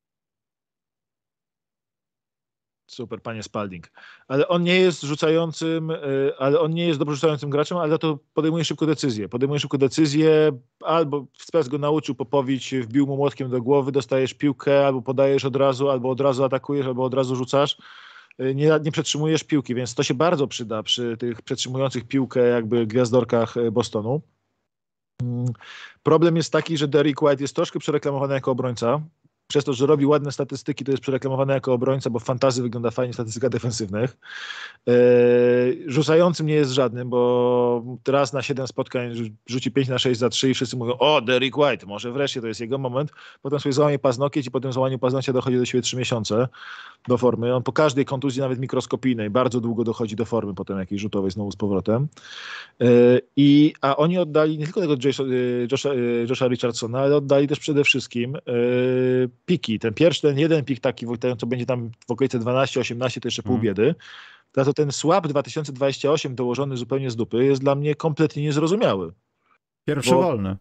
Super, panie Spalding. Ale on nie jest rzucającym, y, ale on nie jest dobrze rzucającym graczem, ale za to podejmuje szybko decyzję. Podejmuje szybko decyzję, albo Spurs go nauczył, Popowicz wbił mu młotkiem do głowy, dostajesz piłkę, albo podajesz od razu, albo od razu atakujesz, albo od razu rzucasz. Y, Nie, nie przetrzymujesz piłki, więc to się bardzo przyda przy tych przetrzymujących piłkę jakby gwiazdorkach y, Bostonu. Mm, Problem jest taki, że Derrick White jest troszkę przereklamowany jako obrońca. Przez to, że robi ładne statystyki, to jest przereklamowany jako obrońca, bo w fantasy wygląda fajnie w statystykach defensywnych. Eee, rzucającym nie jest żadnym, bo raz na siedem spotkań rzu- rzuci pięć na sześć za trzy i wszyscy mówią, o, Derrick White, może wreszcie to jest jego moment. Potem sobie złamie paznokieć i po tym złamaniu paznokcia dochodzi do siebie trzy miesiące do formy. On po każdej kontuzji, nawet mikroskopijnej, bardzo długo dochodzi do formy potem jakiejś rzutowej znowu z powrotem. Eee, I, a oni oddali nie tylko tego Josha, Josha, Josha Richardsona, ale oddali też przede wszystkim eee, piki. Ten pierwszy, ten jeden pik taki, ten, co będzie tam w okolicy dwanaście osiemnaście, to jeszcze pół Mm. biedy. Za to ten swap dwa tysiące dwudziesty ósmy dołożony zupełnie z dupy jest dla mnie kompletnie niezrozumiały. Pierwszy Bo- wolny.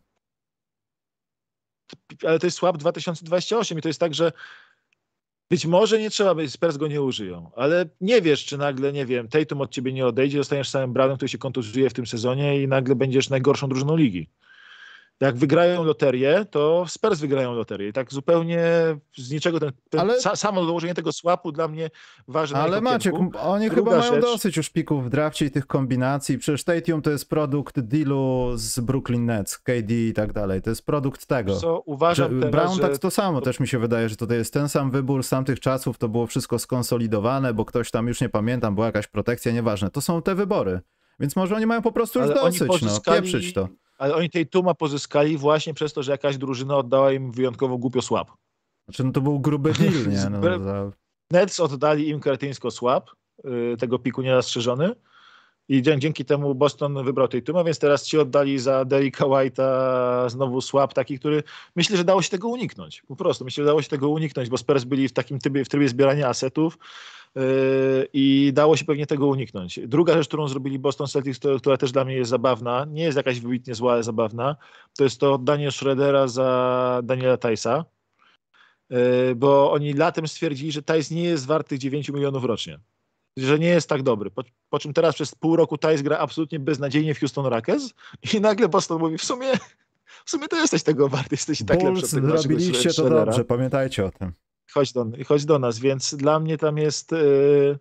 Ale to jest swap dwa tysiące dwudziesty ósmy i to jest tak, że być może nie trzeba, być, Spurs go nie użyją, ale nie wiesz, czy nagle, nie wiem, Tatum od ciebie nie odejdzie, zostaniesz samym Brownem, który się kontuzuje w tym sezonie i nagle będziesz najgorszą drużyną ligi. Jak wygrają loterię, to Spurs wygrają loterię. I tak zupełnie z niczego ten, ten Ale- sa, samo dołożenie tego swapu dla mnie waży na Ale ich Maciek, okienku. oni Druga chyba mają rzecz- dosyć już pików w drafcie i tych kombinacji. Przecież Tatum to jest produkt dealu z Brooklyn Nets, K D i tak dalej. To jest produkt tego. Co Że uważam teraz, Brown że tak to samo też mi się wydaje, że tutaj jest ten sam wybór z tamtych czasów, to było wszystko skonsolidowane, bo ktoś tam, już nie pamiętam, była jakaś protekcja, nieważne. To są te wybory. Więc może oni mają po prostu już Ale oni dosyć, no, pozyskali- pieprzyć to. ale oni tej Tuma pozyskali właśnie przez to, że jakaś drużyna oddała im wyjątkowo głupio swap. Znaczy, no to był gruby deal, nie? No, Zbyt- za... Nets oddali im kretyńsko swap, yy, tego piku niezastrzeżony i dzie- dzięki temu Boston wybrał tej Tuma, więc teraz ci oddali za Derricka White'a znowu swap taki, który myślę, że dało się tego uniknąć. Po prostu myślę, że dało się tego uniknąć, bo Spurs byli w takim trybie, w trybie zbierania asetów yy, i dało się pewnie tego uniknąć. Druga rzecz, którą zrobili Boston Celtics, to, która też dla mnie jest zabawna, nie jest jakaś wybitnie zła, ale zabawna, to jest to oddanie Schroedera za Daniela Theisa. Yy, bo oni latem stwierdzili, że Theis nie jest warty dziewięć milionów rocznie. Że nie jest tak dobry. Po, po czym teraz przez pół roku Theis gra absolutnie beznadziejnie w Houston Rockets i nagle Boston mówi, w sumie w sumie to jesteś tego wart, jesteś i tak lepszy Bulls od tego naszego zrobiliście to Schroedera. dobrze, pamiętajcie o tym. Chodź do, chodź do nas, więc dla mnie tam jest... Yy,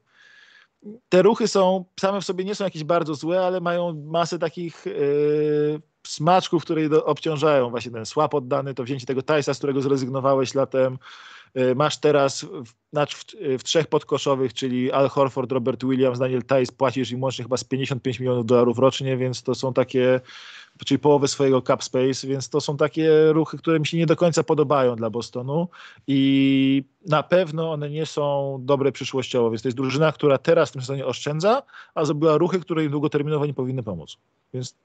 te ruchy są, same w sobie nie są jakieś bardzo złe, ale mają masę takich yy, smaczków, które do, obciążają. Właśnie ten swap oddany, to wzięcie tego Theisa, z którego zrezygnowałeś latem. Yy, masz teraz w, w, w trzech podkoszowych, czyli Al Horford, Robert Williams, Daniel Theis, płacisz im łącznie chyba z pięćdziesiąt pięć milionów dolarów rocznie, więc to są takie, czyli połowę swojego cap space, więc to są takie ruchy, które mi się nie do końca podobają dla Bostonu i na pewno one nie są dobre przyszłościowo, więc to jest drużyna, która teraz w tym sezonie oszczędza, a zrobiła ruchy, które im długoterminowo nie powinny pomóc. Więc,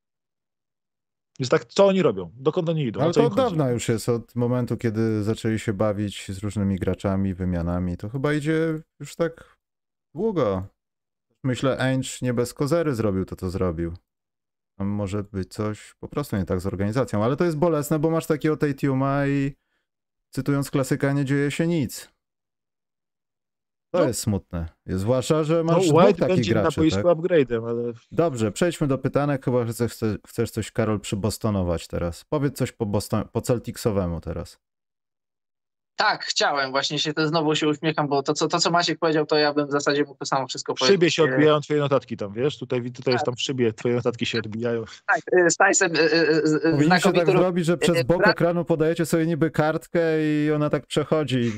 więc tak, co oni robią? Dokąd oni idą? O Ale co to im od chodzi? dawna już jest, od momentu, kiedy zaczęli się bawić z różnymi graczami, wymianami. To chyba idzie już tak długo. Myślę, Ainge nie bez kozery zrobił to, co zrobił. Tam może być coś po prostu nie tak z organizacją, ale to jest bolesne, bo masz takiego Tatuma i cytując klasyka, nie dzieje się nic. To no. jest smutne. Zwłaszcza, że No, masz White dwóch takich będzie graczy. na boisku tak? upgrade'em, ale... Dobrze, przejdźmy do pytanek. Chyba chcesz, chcesz coś, Karol, przybostonować teraz. Powiedz coś po, Boston, po Celticsowemu teraz. Tak, chciałem. Właśnie się to znowu się uśmiecham, bo to co, to, co Maciek powiedział, to ja bym w zasadzie mógł to samo wszystko W powiedzieć. szybie się odbijają twoje notatki tam, wiesz? Tutaj, tutaj jest tam w szybie, twoje notatki się odbijają. Tak, z Tysem Powinniście tak ruch. zrobić, że przez bok Brat... ekranu podajecie sobie niby kartkę i ona tak przechodzi.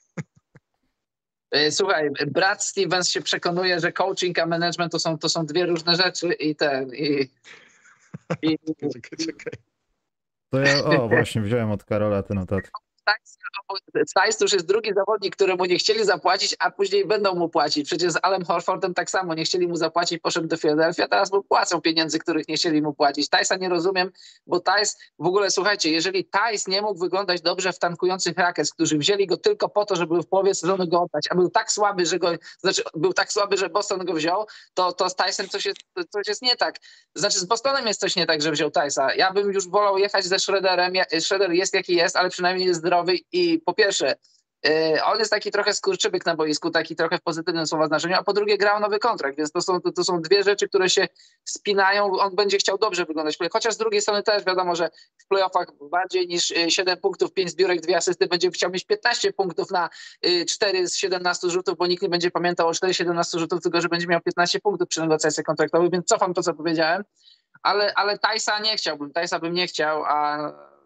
Słuchaj, brat Stevens się przekonuje, że coaching a management to są, to są dwie różne rzeczy i ten... I, i, czekaj, czekaj. To ja, o właśnie, wziąłem od Karola te notatki. Tice to już jest drugi zawodnik, któremu nie chcieli zapłacić, a później będą mu płacić. Przecież z Alem Horfordem tak samo nie chcieli mu zapłacić, poszedł do Philadelphia, teraz mu płacą pieniędzy, których nie chcieli mu płacić. Tice'a nie rozumiem, bo Tice, w ogóle słuchajcie, jeżeli Tice nie mógł wyglądać dobrze w tankujących Rockets, którzy wzięli go tylko po to, żeby w połowie sezonu go oddać, a był tak słaby, że go, znaczy był tak słaby, że Boston go wziął, to, to z Tice'em coś jest, coś jest nie tak. Znaczy z Bostonem jest coś nie tak, że wziął Tice'a. Ja bym już wolał jechać ze Schroederem. Schroeder jest jaki jest, ale przynajmniej jest zdrowy i po pierwsze, yy, on jest taki trochę skurczybyk na boisku, taki trochę w pozytywnym słowa znaczeniu, a po drugie grał nowy kontrakt, więc to są, to, to są dwie rzeczy, które się spinają. On będzie chciał dobrze wyglądać, chociaż z drugiej strony też wiadomo, że w playoffach bardziej niż siedem punktów, pięć zbiórek, dwie asysty będzie chciał mieć piętnaście punktów na cztery z siedemnastu rzutów, bo nikt nie będzie pamiętał o cztery z siedemnastu rzutów, tylko że będzie miał piętnaście punktów przy negocjacjach kontraktowych, więc cofam to, co powiedziałem, ale, ale Tice'a nie chciałbym, Tice'a bym nie chciał, a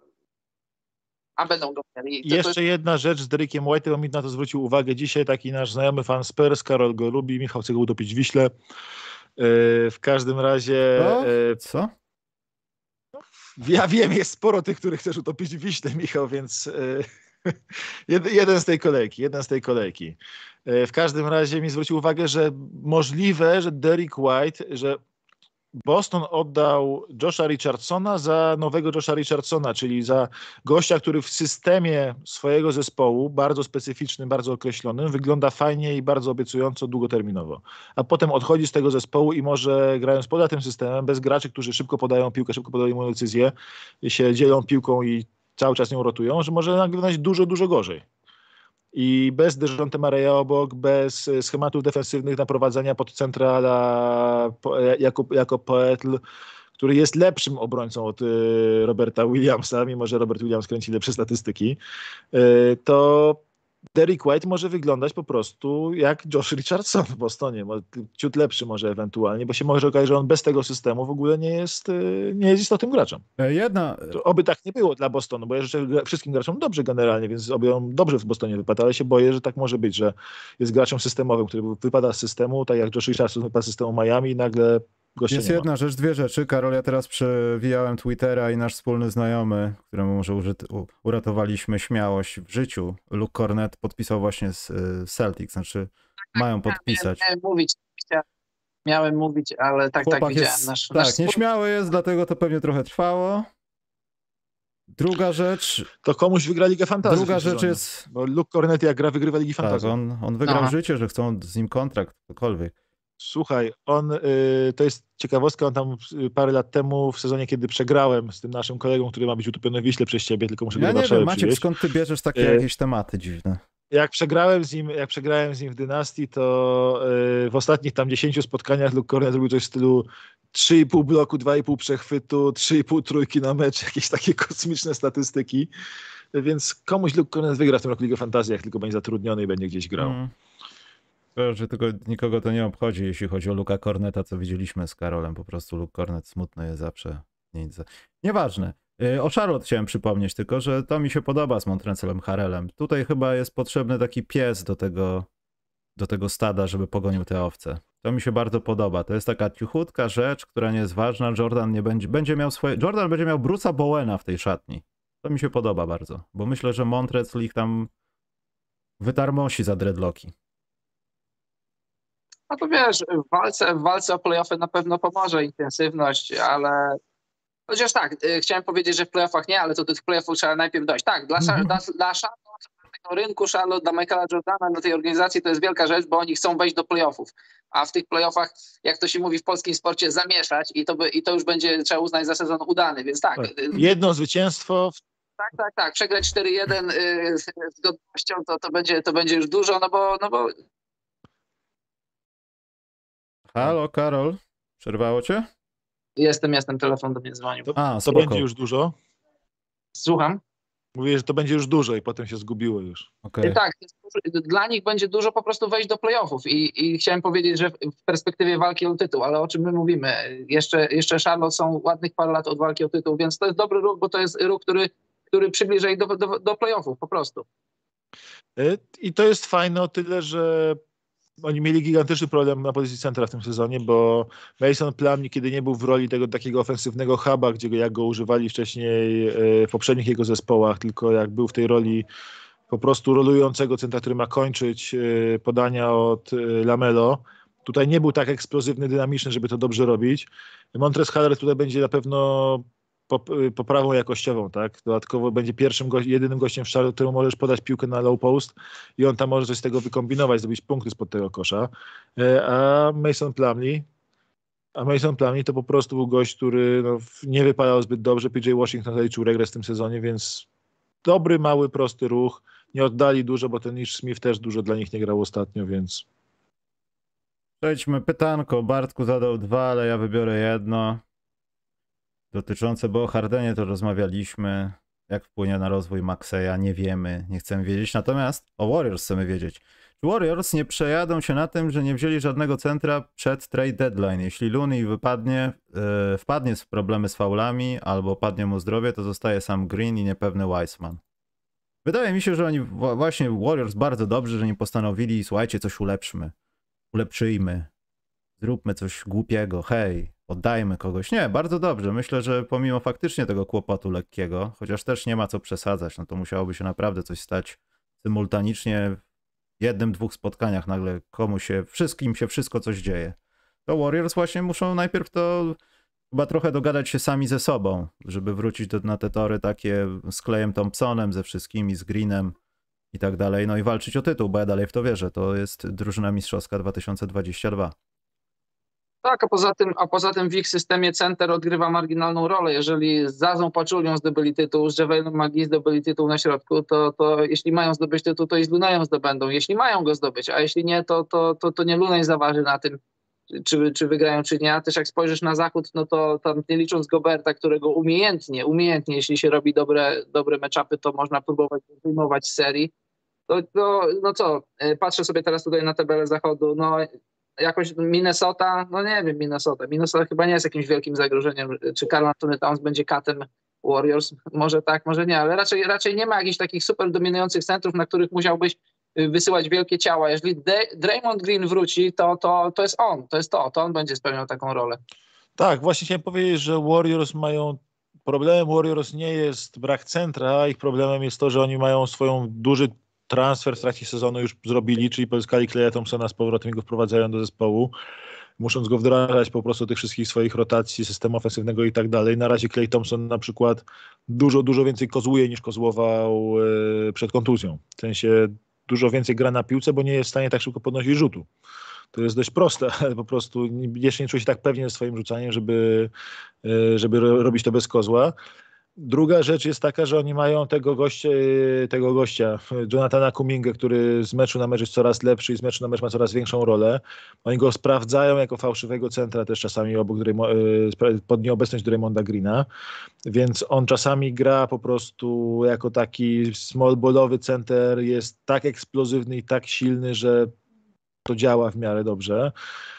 a będą go mieli. To, Jeszcze to... jedna rzecz z Derekiem White'em, bo mi na to zwrócił uwagę dzisiaj taki nasz znajomy fan Spurs, Karol go lubi, Michał chce go utopić w Wiśle. W każdym razie... No, co? Ja wiem, jest sporo tych, których chcesz utopić w Wiśle, Michał, więc jeden z tej kolejki, jeden z tej kolejki. W każdym razie mi zwrócił uwagę, że możliwe, że Derek White, że Boston oddał Josha Richardsona za nowego Josha Richardsona, czyli za gościa, który w systemie swojego zespołu, bardzo specyficznym, bardzo określonym, wygląda fajnie i bardzo obiecująco długoterminowo. A potem odchodzi z tego zespołu i może grając poza tym systemem, bez graczy, którzy szybko podają piłkę, szybko podejmują decyzję, się dzielą piłką i cały czas nią rotują, że może nagle wyglądać dużo, dużo gorzej. I bez Dejounte Murray'a obok, bez schematów defensywnych naprowadzenia pod centra jako, jako Poeltl, który jest lepszym obrońcą od Roberta Williamsa, mimo że Robert Williams kręci lepsze statystyki, to Derek White może wyglądać po prostu jak Josh Richardson w Bostonie. Ciut lepszy może ewentualnie, bo się może okazać, że on bez tego systemu w ogóle nie jest, nie jest istotnym graczem. Jedna... To oby tak nie było dla Bostonu, bo ja życzę wszystkim graczom dobrze generalnie, więc oby on dobrze w Bostonie wypada, ale się boję, że tak może być, że jest graczem systemowym, który wypada z systemu, tak jak Josh Richardson wypada z systemu Miami i nagle gościa Jest nie ma. jedna rzecz, dwie rzeczy. Karol, ja teraz przewijałem Twittera i nasz wspólny znajomy, któremu może użyt- uratowaliśmy śmiałość w życiu, Luke Cornett podpisał właśnie z Celtics, znaczy mają podpisać. Miałem mówić, miałem mówić, ale tak, Chłopak tak widziałem. jest, Nasz, tak, nasz nieśmiały jest, dlatego to pewnie trochę trwało. Druga rzecz... To komuś wygra Ligę Fantazji. Druga rzecz jest... Bo Luke Cornett jak gra, wygrywa Ligi Fantazji. Tak, on, on wygrał Aha. życie, że chcą z nim kontrakt, cokolwiek. Słuchaj, on, y, to jest ciekawostka, on tam y, parę lat temu w sezonie, kiedy przegrałem z tym naszym kolegą, który ma być utopiony w Wiśle przez ciebie, tylko muszę go Ja do nie Warszawy wiem, Maciek, przywieźć. skąd ty bierzesz takie Y, jakieś tematy dziwne? Jak przegrałem z nim, jak przegrałem z nim w Dynastii, to y, w ostatnich tam dziesięciu spotkaniach Luke Cornett zrobił coś w stylu trzy i pół bloku, dwa i pół przechwytu, trzy i pół trójki na mecz, jakieś takie kosmiczne statystyki. Więc komuś Luke Cornett wygra w tym roku Ligę Fantazji, jak tylko będzie zatrudniony i będzie gdzieś grał. Mm. To, że tylko nikogo to nie obchodzi, jeśli chodzi o Luka Corneta, co widzieliśmy z Karolem. Po prostu Luke Cornet smutny jest zawsze. Nic. Nieważne. O Charlotte chciałem przypomnieć tylko, że to mi się podoba z Montrezelem Harrellem. Tutaj chyba jest potrzebny taki pies do tego, do tego stada, żeby pogonił te owce. To mi się bardzo podoba. To jest taka cichutka rzecz, która nie jest ważna. Jordan nie będzie, będzie miał swoje, Jordan będzie miał Bruce'a Bowena w tej szatni. To mi się podoba bardzo, bo myślę, że Montrezl ich tam wytarmosi za dreadlocki. No to wiesz, w walce, w walce o playoffy na pewno pomoże intensywność, ale chociaż tak, chciałem powiedzieć, że w playoffach nie, ale to do tych playoffów trzeba najpierw dojść. Tak, dla, mm-hmm. dla, dla Charlotte, dla tego rynku Charlotte, dla Michaela Jordana, dla tej organizacji to jest wielka rzecz, bo oni chcą wejść do playoffów, a w tych playoffach, jak to się mówi w polskim sporcie, zamieszać i to, by, i to już będzie trzeba uznać za sezon udany, więc tak. Jedno zwycięstwo. Tak, tak, tak. Przegrać cztery jeden y, z godnością to, to, będzie, to będzie już dużo, no bo, no bo Halo, Karol, przerwało cię? Jestem, jestem, telefon do mnie dzwonił. To, A, to spoko. będzie już dużo. Słucham? Mówię, że to będzie już dużo i potem się zgubiło już. Okej. Tak, dla nich będzie dużo po prostu wejść do playoffów i, i chciałem powiedzieć, że w perspektywie walki o tytuł, ale o czym my mówimy? Jeszcze, jeszcze Charlotte są ładnych parę lat od walki o tytuł, więc to jest dobry ruch, bo to jest ruch, który, który przybliża ich do, do, do playoffów po prostu. I to jest fajne o tyle, że oni mieli gigantyczny problem na pozycji centra w tym sezonie, bo Mason Plumlee, kiedy nie był w roli tego takiego ofensywnego huba, gdzie go, jak go używali wcześniej w poprzednich jego zespołach, tylko jak był w tej roli po prostu rolującego centra, który ma kończyć podania od Lamelo, tutaj nie był tak eksplozywny, dynamiczny, żeby to dobrze robić. Montrezl Harrell tutaj będzie na pewno poprawą jakościową, tak? Dodatkowo będzie pierwszym, gość, jedynym gościem w Charlotte, któremu możesz podać piłkę na low post i on tam może coś z tego wykombinować, zrobić punkty spod tego kosza. A Mason Plumlee a Mason Plumlee to po prostu był gość, który no, nie wypadał zbyt dobrze. P J Washington zaliczył regres w tym sezonie, więc dobry, mały, prosty ruch. Nie oddali dużo, bo ten Ish Smith też dużo dla nich nie grał ostatnio, więc... Przejdźmy pytanko. Bartku zadał dwa, ale ja wybiorę jedno. Dotyczące, bo o Hardenie to rozmawialiśmy. Jak wpłynie na rozwój Maxeya, nie wiemy, nie chcemy wiedzieć. Natomiast o Warriors chcemy wiedzieć. Czy Warriors nie przejadą się na tym, że nie wzięli żadnego centra przed trade deadline? Jeśli Looney wypadnie, yy, wpadnie w problemy z faulami albo padnie mu zdrowie, to zostaje sam Green i niepewny Wiseman. Wydaje mi się, że oni właśnie Warriors bardzo dobrze, że nie postanowili, słuchajcie, coś ulepszmy. Ulepszyjmy. Zróbmy coś głupiego, hej, oddajmy kogoś. Nie, bardzo dobrze. Myślę, że pomimo faktycznie tego kłopotu lekkiego, chociaż też nie ma co przesadzać, no to musiałoby się naprawdę coś stać symultanicznie w jednym, dwóch spotkaniach nagle komuś się, wszystkim się wszystko coś dzieje. To Warriors właśnie muszą najpierw to chyba trochę dogadać się sami ze sobą, żeby wrócić do, na te tory takie z Clayem Thompsonem, ze wszystkimi, z Greenem i tak dalej, no i walczyć o tytuł, bo ja dalej w to wierzę. To jest drużyna mistrzowska dwa tysiące dwudziesty drugi. Tak, a poza tym, a poza tym w ich systemie center odgrywa marginalną rolę. Jeżeli z Zazą Pachulią zdobyli tytuł, z Javelem McGee zdobyli tytuł na środku, to, to jeśli mają zdobyć tytuł, to i z Lunejem zdobędą. Jeśli mają go zdobyć, a jeśli nie, to, to, to, to nie Lunej zaważy na tym, czy, czy wygrają, czy nie. A też jak spojrzysz na zachód, no to tam nie licząc Goberta, którego umiejętnie, umiejętnie, jeśli się robi dobre, dobre matchupy, to można próbować wyjmować z serii. To, to, no co, patrzę sobie teraz tutaj na tabelę zachodu, no jakoś Minnesota, no nie wiem, Minnesota. Minnesota chyba nie jest jakimś wielkim zagrożeniem. Czy Karl Anthony Towns będzie katem Warriors? Może tak, może nie, ale raczej, raczej nie ma jakichś takich super dominujących centrów, na których musiałbyś wysyłać wielkie ciała. Jeżeli Draymond Green wróci, to, to, to jest on, to jest to, to on będzie spełniał taką rolę. Tak, właśnie chciałem powiedzieć, że Warriors mają, problemem Warriors nie jest brak centra, ich problemem jest to, że oni mają swoją duży transfer w trakcie sezonu już zrobili, czyli pozyskali Claya Thompsona z powrotem i go wprowadzają do zespołu, musząc go wdrażać po prostu tych wszystkich swoich rotacji, systemu ofensywnego i tak dalej. Na razie Klay Thompson na przykład dużo, dużo więcej kozłuje niż kozłował przed kontuzją. W sensie dużo więcej gra na piłce, bo nie jest w stanie tak szybko podnosić rzutu. To jest dość proste, ale po prostu jeszcze nie czuje się tak pewnie ze swoim rzucaniem, żeby, żeby robić to bez kozła. Druga rzecz jest taka, że oni mają tego gościa, tego gościa Jonathana Kumingę, który z meczu na mecz jest coraz lepszy i z meczu na mecz ma coraz większą rolę. Oni go sprawdzają jako fałszywego centra też czasami obok pod nieobecność Draymonda Greena, więc on czasami gra po prostu jako taki small ballowy center, jest tak eksplozywny i tak silny, że to działa w miarę dobrze.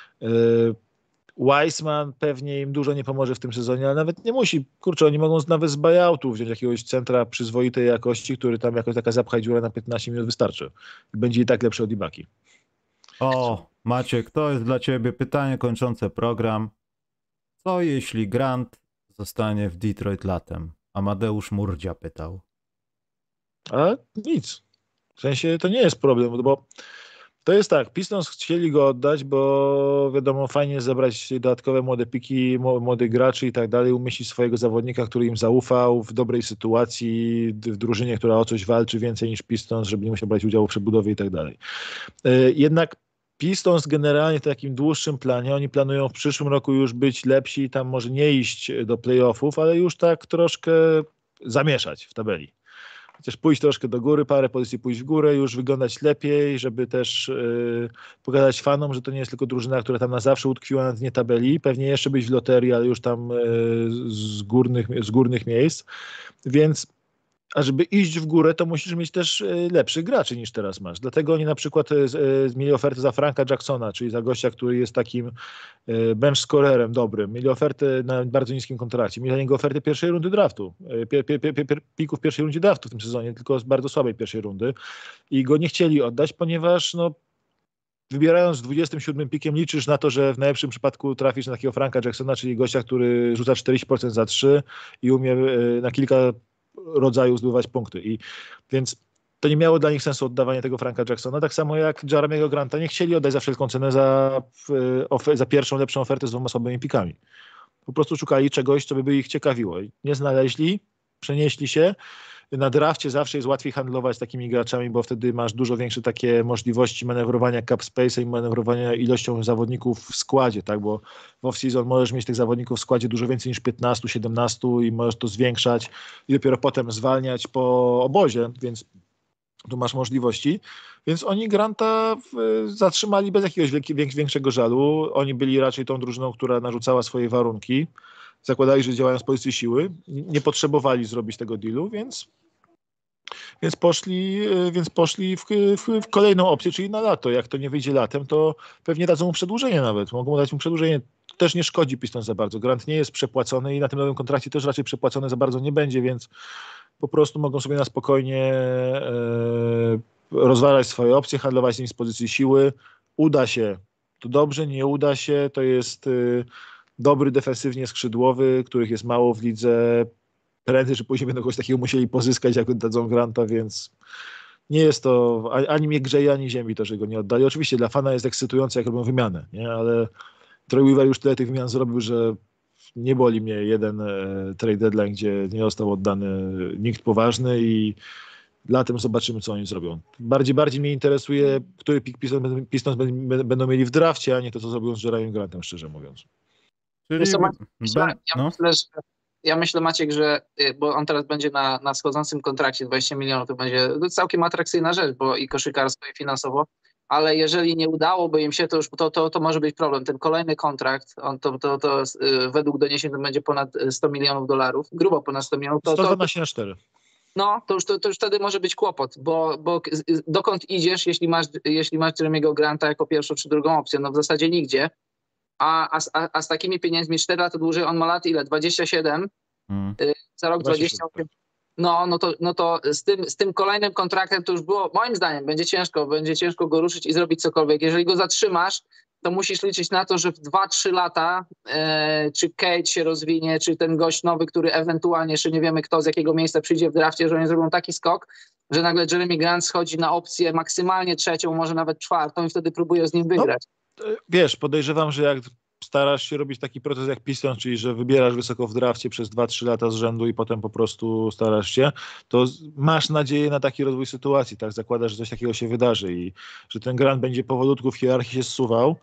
Wiseman pewnie im dużo nie pomoże w tym sezonie, ale nawet nie musi. Kurczę, oni mogą nawet z buyoutu wziąć jakiegoś centra przyzwoitej jakości, który tam jakoś taka zapchaj dziura na piętnaście minut wystarczy. I będzie i tak lepszy od Ibaki. O, Maciek, to jest dla ciebie pytanie kończące program. Co jeśli Grant zostanie w Detroit latem? Amadeusz Murdzia pytał. A nic. W sensie to nie jest problem, bo to jest tak, Pistons chcieli go oddać, bo wiadomo, fajnie zebrać dodatkowe młode piki, młodych graczy i tak dalej, umieścić swojego zawodnika, który im zaufał w dobrej sytuacji, w drużynie, która o coś walczy więcej niż Pistons, żeby nie musiał brać udziału w przebudowie i tak dalej. Jednak Pistons generalnie w takim dłuższym planie, oni planują w przyszłym roku już być lepsi, tam może nie iść do playoffów, ale już tak troszkę zamieszać w tabeli. chociaż pójść troszkę do góry, parę pozycji pójść w górę, już wyglądać lepiej, żeby też yy, pokazać fanom, że to nie jest tylko drużyna, która tam na zawsze utkwiła na dnie tabeli, pewnie jeszcze być w loterii, ale już tam yy, z, górnych, z górnych miejsc, więc a żeby iść w górę, to musisz mieć też lepszych graczy niż teraz masz. Dlatego oni na przykład mieli ofertę za Franka Jacksona, czyli za gościa, który jest takim bench scorerem dobrym. Mieli ofertę na bardzo niskim kontrakcie. Mieli za niego ofertę pierwszej rundy draftu. Pier, pier, pier, pier, pików pierwszej rundzie draftu w tym sezonie, tylko z bardzo słabej pierwszej rundy. I go nie chcieli oddać, ponieważ no, wybierając dwudziestym siódmym pikiem liczysz na to, że w najlepszym przypadku trafisz na takiego Franka Jacksona, czyli gościa, który rzuca czterdzieści procent za trzy i umie na kilka rodzaju zdobywać punkty. I więc to nie miało dla nich sensu oddawanie tego Franka Jacksona, tak samo jak Jeremiego Granta nie chcieli oddać za wszelką cenę za, za pierwszą, lepszą ofertę z dwoma słabymi pikami. Po prostu szukali czegoś, co by ich ciekawiło. Nie znaleźli, przenieśli się. Na drafcie zawsze jest łatwiej handlować z takimi graczami, bo wtedy masz dużo większe takie możliwości manewrowania cap space'em i manewrowania ilością zawodników w składzie, tak? Bo w off-season możesz mieć tych zawodników w składzie dużo więcej niż piętnaście, siedemnaście i możesz to zwiększać i dopiero potem zwalniać po obozie, więc tu masz możliwości. Więc oni Granta zatrzymali bez jakiegoś większego żalu. Oni byli raczej tą drużyną, która narzucała swoje warunki. Zakładali, że działają z pozycji siły. Nie potrzebowali zrobić tego dealu, więc Więc poszli, więc poszli w, w, w kolejną opcję, czyli na lato. Jak to nie wyjdzie latem, to pewnie dadzą mu przedłużenie nawet. Mogą mu dać mu przedłużenie. To też nie szkodzi Pistons za bardzo. Grant nie jest przepłacony i na tym nowym kontrakcie też raczej przepłacony za bardzo nie będzie, więc po prostu mogą sobie na spokojnie e, rozważać swoje opcje, handlować z nim z pozycji siły. Uda się, to dobrze, nie uda się, to jest e, dobry defensywnie skrzydłowy, których jest mało w lidze. Prędzej czy później będą kogoś takiego musieli pozyskać, jak dadzą Granta, więc nie jest to ani mnie grzeje, ani ziemi to, że go nie oddali. Oczywiście dla fana jest ekscytujące, jak robią wymianę, nie? Ale Troy Weaver już tyle tych wymian zrobił, że nie boli mnie jeden e, trade deadline, gdzie nie został oddany nikt poważny i latem zobaczymy, co oni zrobią. Bardziej bardziej mnie interesuje, który pick Pistons, Pistons będą mieli w drafcie, a nie to, co zrobią z Jeremym Grantem, szczerze mówiąc. Czyli Co, Maciek, myślę, ben, ja, no. myślę, że, ja myślę, Maciek, że bo on teraz będzie na, na schodzącym kontrakcie dwadzieścia milionów, to będzie to całkiem atrakcyjna rzecz, bo i koszykarstwo, i finansowo, ale jeżeli nie udałoby im się, to już to, to, to może być problem. Ten kolejny kontrakt, on to, to, to według doniesień to będzie ponad sto milionów dolarów, grubo ponad sto milionów. To, sto dwanaście na cztery. No, to już, to, to już wtedy może być kłopot, bo, bo dokąd idziesz, jeśli masz, jeśli masz Jeremiego Granta jako pierwszą czy drugą opcję? No w zasadzie nigdzie. A, a, a z takimi pieniędzmi cztery lata dłużej, on ma lat ile? dwadzieścia siedem? Hmm. Za rok dwadzieścia osiem. No, no to, no to z, tym, z tym kolejnym kontraktem to już było, moim zdaniem, będzie ciężko, będzie ciężko go ruszyć i zrobić cokolwiek. Jeżeli go zatrzymasz, to musisz liczyć na to, że w dwa trzy lata e, czy Cade się rozwinie, czy ten gość nowy, który ewentualnie jeszcze nie wiemy kto, z jakiego miejsca przyjdzie w drafcie, że oni zrobią taki skok, że nagle Jeremy Grant schodzi na opcję maksymalnie trzecią, może nawet czwartą i wtedy próbuje z nim wygrać. No, wiesz, podejrzewam, że jak starasz się robić taki proces jak Pistons, czyli że wybierasz wysoko w drafcie przez dwa trzy lata z rzędu i potem po prostu starasz się, to masz nadzieję na taki rozwój sytuacji, tak? Zakładasz, że coś takiego się wydarzy i że ten Grant będzie powolutku w hierarchii się zsuwał.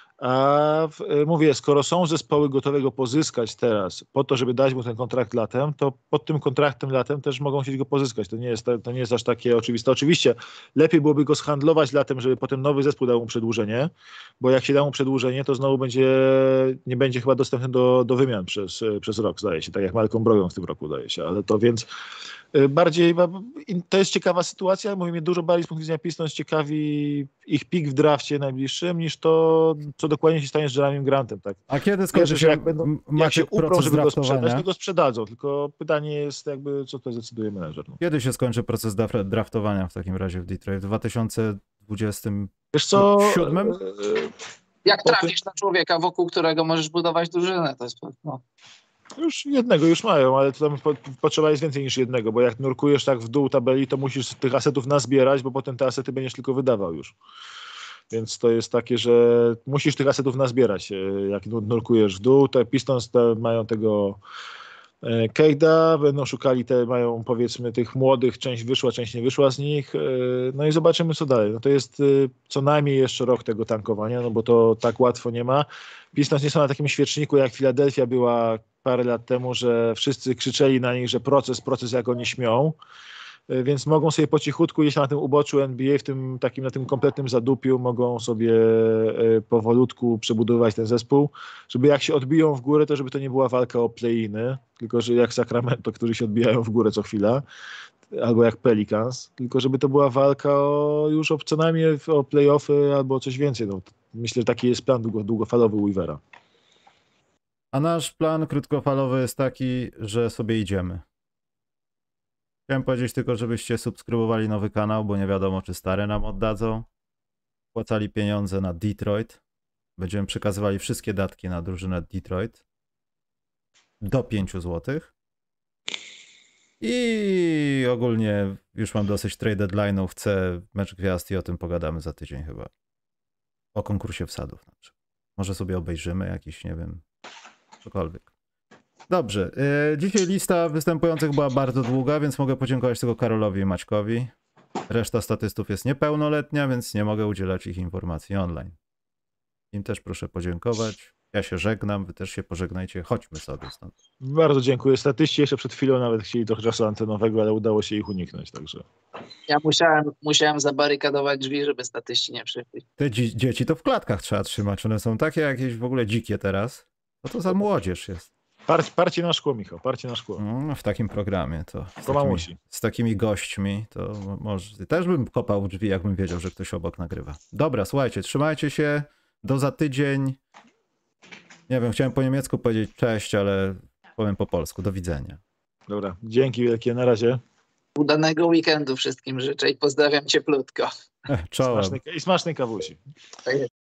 A w, mówię, skoro są zespoły gotowe go pozyskać teraz po to, żeby dać mu ten kontrakt latem, to pod tym kontraktem latem też mogą chcieć go pozyskać. To nie jest, to nie jest aż takie oczywiste. Oczywiście lepiej byłoby go zhandlować latem, żeby potem nowy zespół dał mu przedłużenie, bo jak się da mu przedłużenie, to znowu będzie, nie będzie chyba dostępny do, do wymian przez, przez rok, zdaje się, tak jak Malcolm Brogdon w tym roku, zdaje się, ale to więc bardziej, to jest ciekawa sytuacja, mówimy dużo bardziej z punktu widzenia Pistons ciekawi ich pik w drafcie najbliższym, niż to, co dokładnie się stanie z Jeremym Grantem. Tak? A kiedy skończy się, jak, będą, jak się uprą, żeby go sprzedać, to go sprzedadzą, tylko pytanie jest jakby, co to zdecyduje menedżer. No. Kiedy się skończy proces draftowania w takim razie w Detroit? W dwa tysiące dwudziestym siódmym? Jak trafisz na człowieka, wokół którego możesz budować drużynę, to jest no. Już jednego już mają, ale to tam po, potrzeba jest więcej niż jednego, bo jak nurkujesz tak w dół tabeli, to musisz tych asetów nazbierać, bo potem te asety będziesz tylko wydawał już. Więc to jest takie, że musisz tych asetów nazbierać. Jak nurkujesz w dół, to Pistons te mają tego Cade'a, będą szukali, te mają powiedzmy tych młodych, część wyszła, część nie wyszła z nich, no i zobaczymy co dalej. No to jest co najmniej jeszcze rok tego tankowania, no bo to tak łatwo nie ma. Pistons nie są na takim świeczniku jak Filadelfia była parę lat temu, że wszyscy krzyczeli na nich, że proces, proces jak oni śmią. więc mogą sobie po cichutku gdzieś na tym uboczu N B A, w tym takim na tym kompletnym zadupiu, mogą sobie powolutku przebudować ten zespół, żeby jak się odbiją w górę, to żeby to nie była walka o play-iny, tylko że jak Sacramento, którzy się odbijają w górę co chwila, albo jak Pelicans, tylko żeby to była walka o, już o, co najmniej o play-offy albo coś więcej. No, myślę, że taki jest plan długo, długofalowy Weavera. A nasz plan krótkofalowy jest taki, że sobie idziemy. Chciałem powiedzieć tylko, żebyście subskrybowali nowy kanał, bo nie wiadomo, czy stare nam oddadzą. Płacali pieniądze na Detroit. Będziemy przekazywali wszystkie datki na drużynę Detroit. Do pięciu złotych. I ogólnie już mam dosyć trade deadline'ów. Chcę mecz gwiazd i o tym pogadamy za tydzień chyba. O konkursie wsadów na przykład. Może sobie obejrzymy jakiś, nie wiem, cokolwiek. Dobrze. Yy, dzisiaj lista występujących była bardzo długa, więc mogę podziękować tylko Karolowi i Maćkowi. Reszta statystów jest niepełnoletnia, więc nie mogę udzielać ich informacji online. Im też proszę podziękować. Ja się żegnam, wy też się pożegnajcie. Chodźmy sobie stąd. Bardzo dziękuję. Statyści jeszcze przed chwilą nawet chcieli trochę czasu antenowego, ale udało się ich uniknąć, także. Ja musiałem, musiałem zabarykadować drzwi, żeby statyści nie przyszli. Te dzi dzieci to w klatkach trzeba trzymać. One są takie jakieś w ogóle dzikie teraz. Co to za młodzież jest? Par parcie na szkło, Michał, parcie na szkło. No, w takim programie to z To takimi, musi. z takimi gośćmi to może też bym kopał w drzwi, jakbym wiedział, że ktoś obok nagrywa. Dobra, słuchajcie, trzymajcie się. Do za tydzień. Nie wiem, chciałem po niemiecku powiedzieć cześć, ale powiem po polsku. Do widzenia. Dobra, dzięki wielkie, na razie. Udanego weekendu wszystkim życzę i pozdrawiam cieplutko. Czołem. Smacznej, i smacznej kawusi. Tak jest.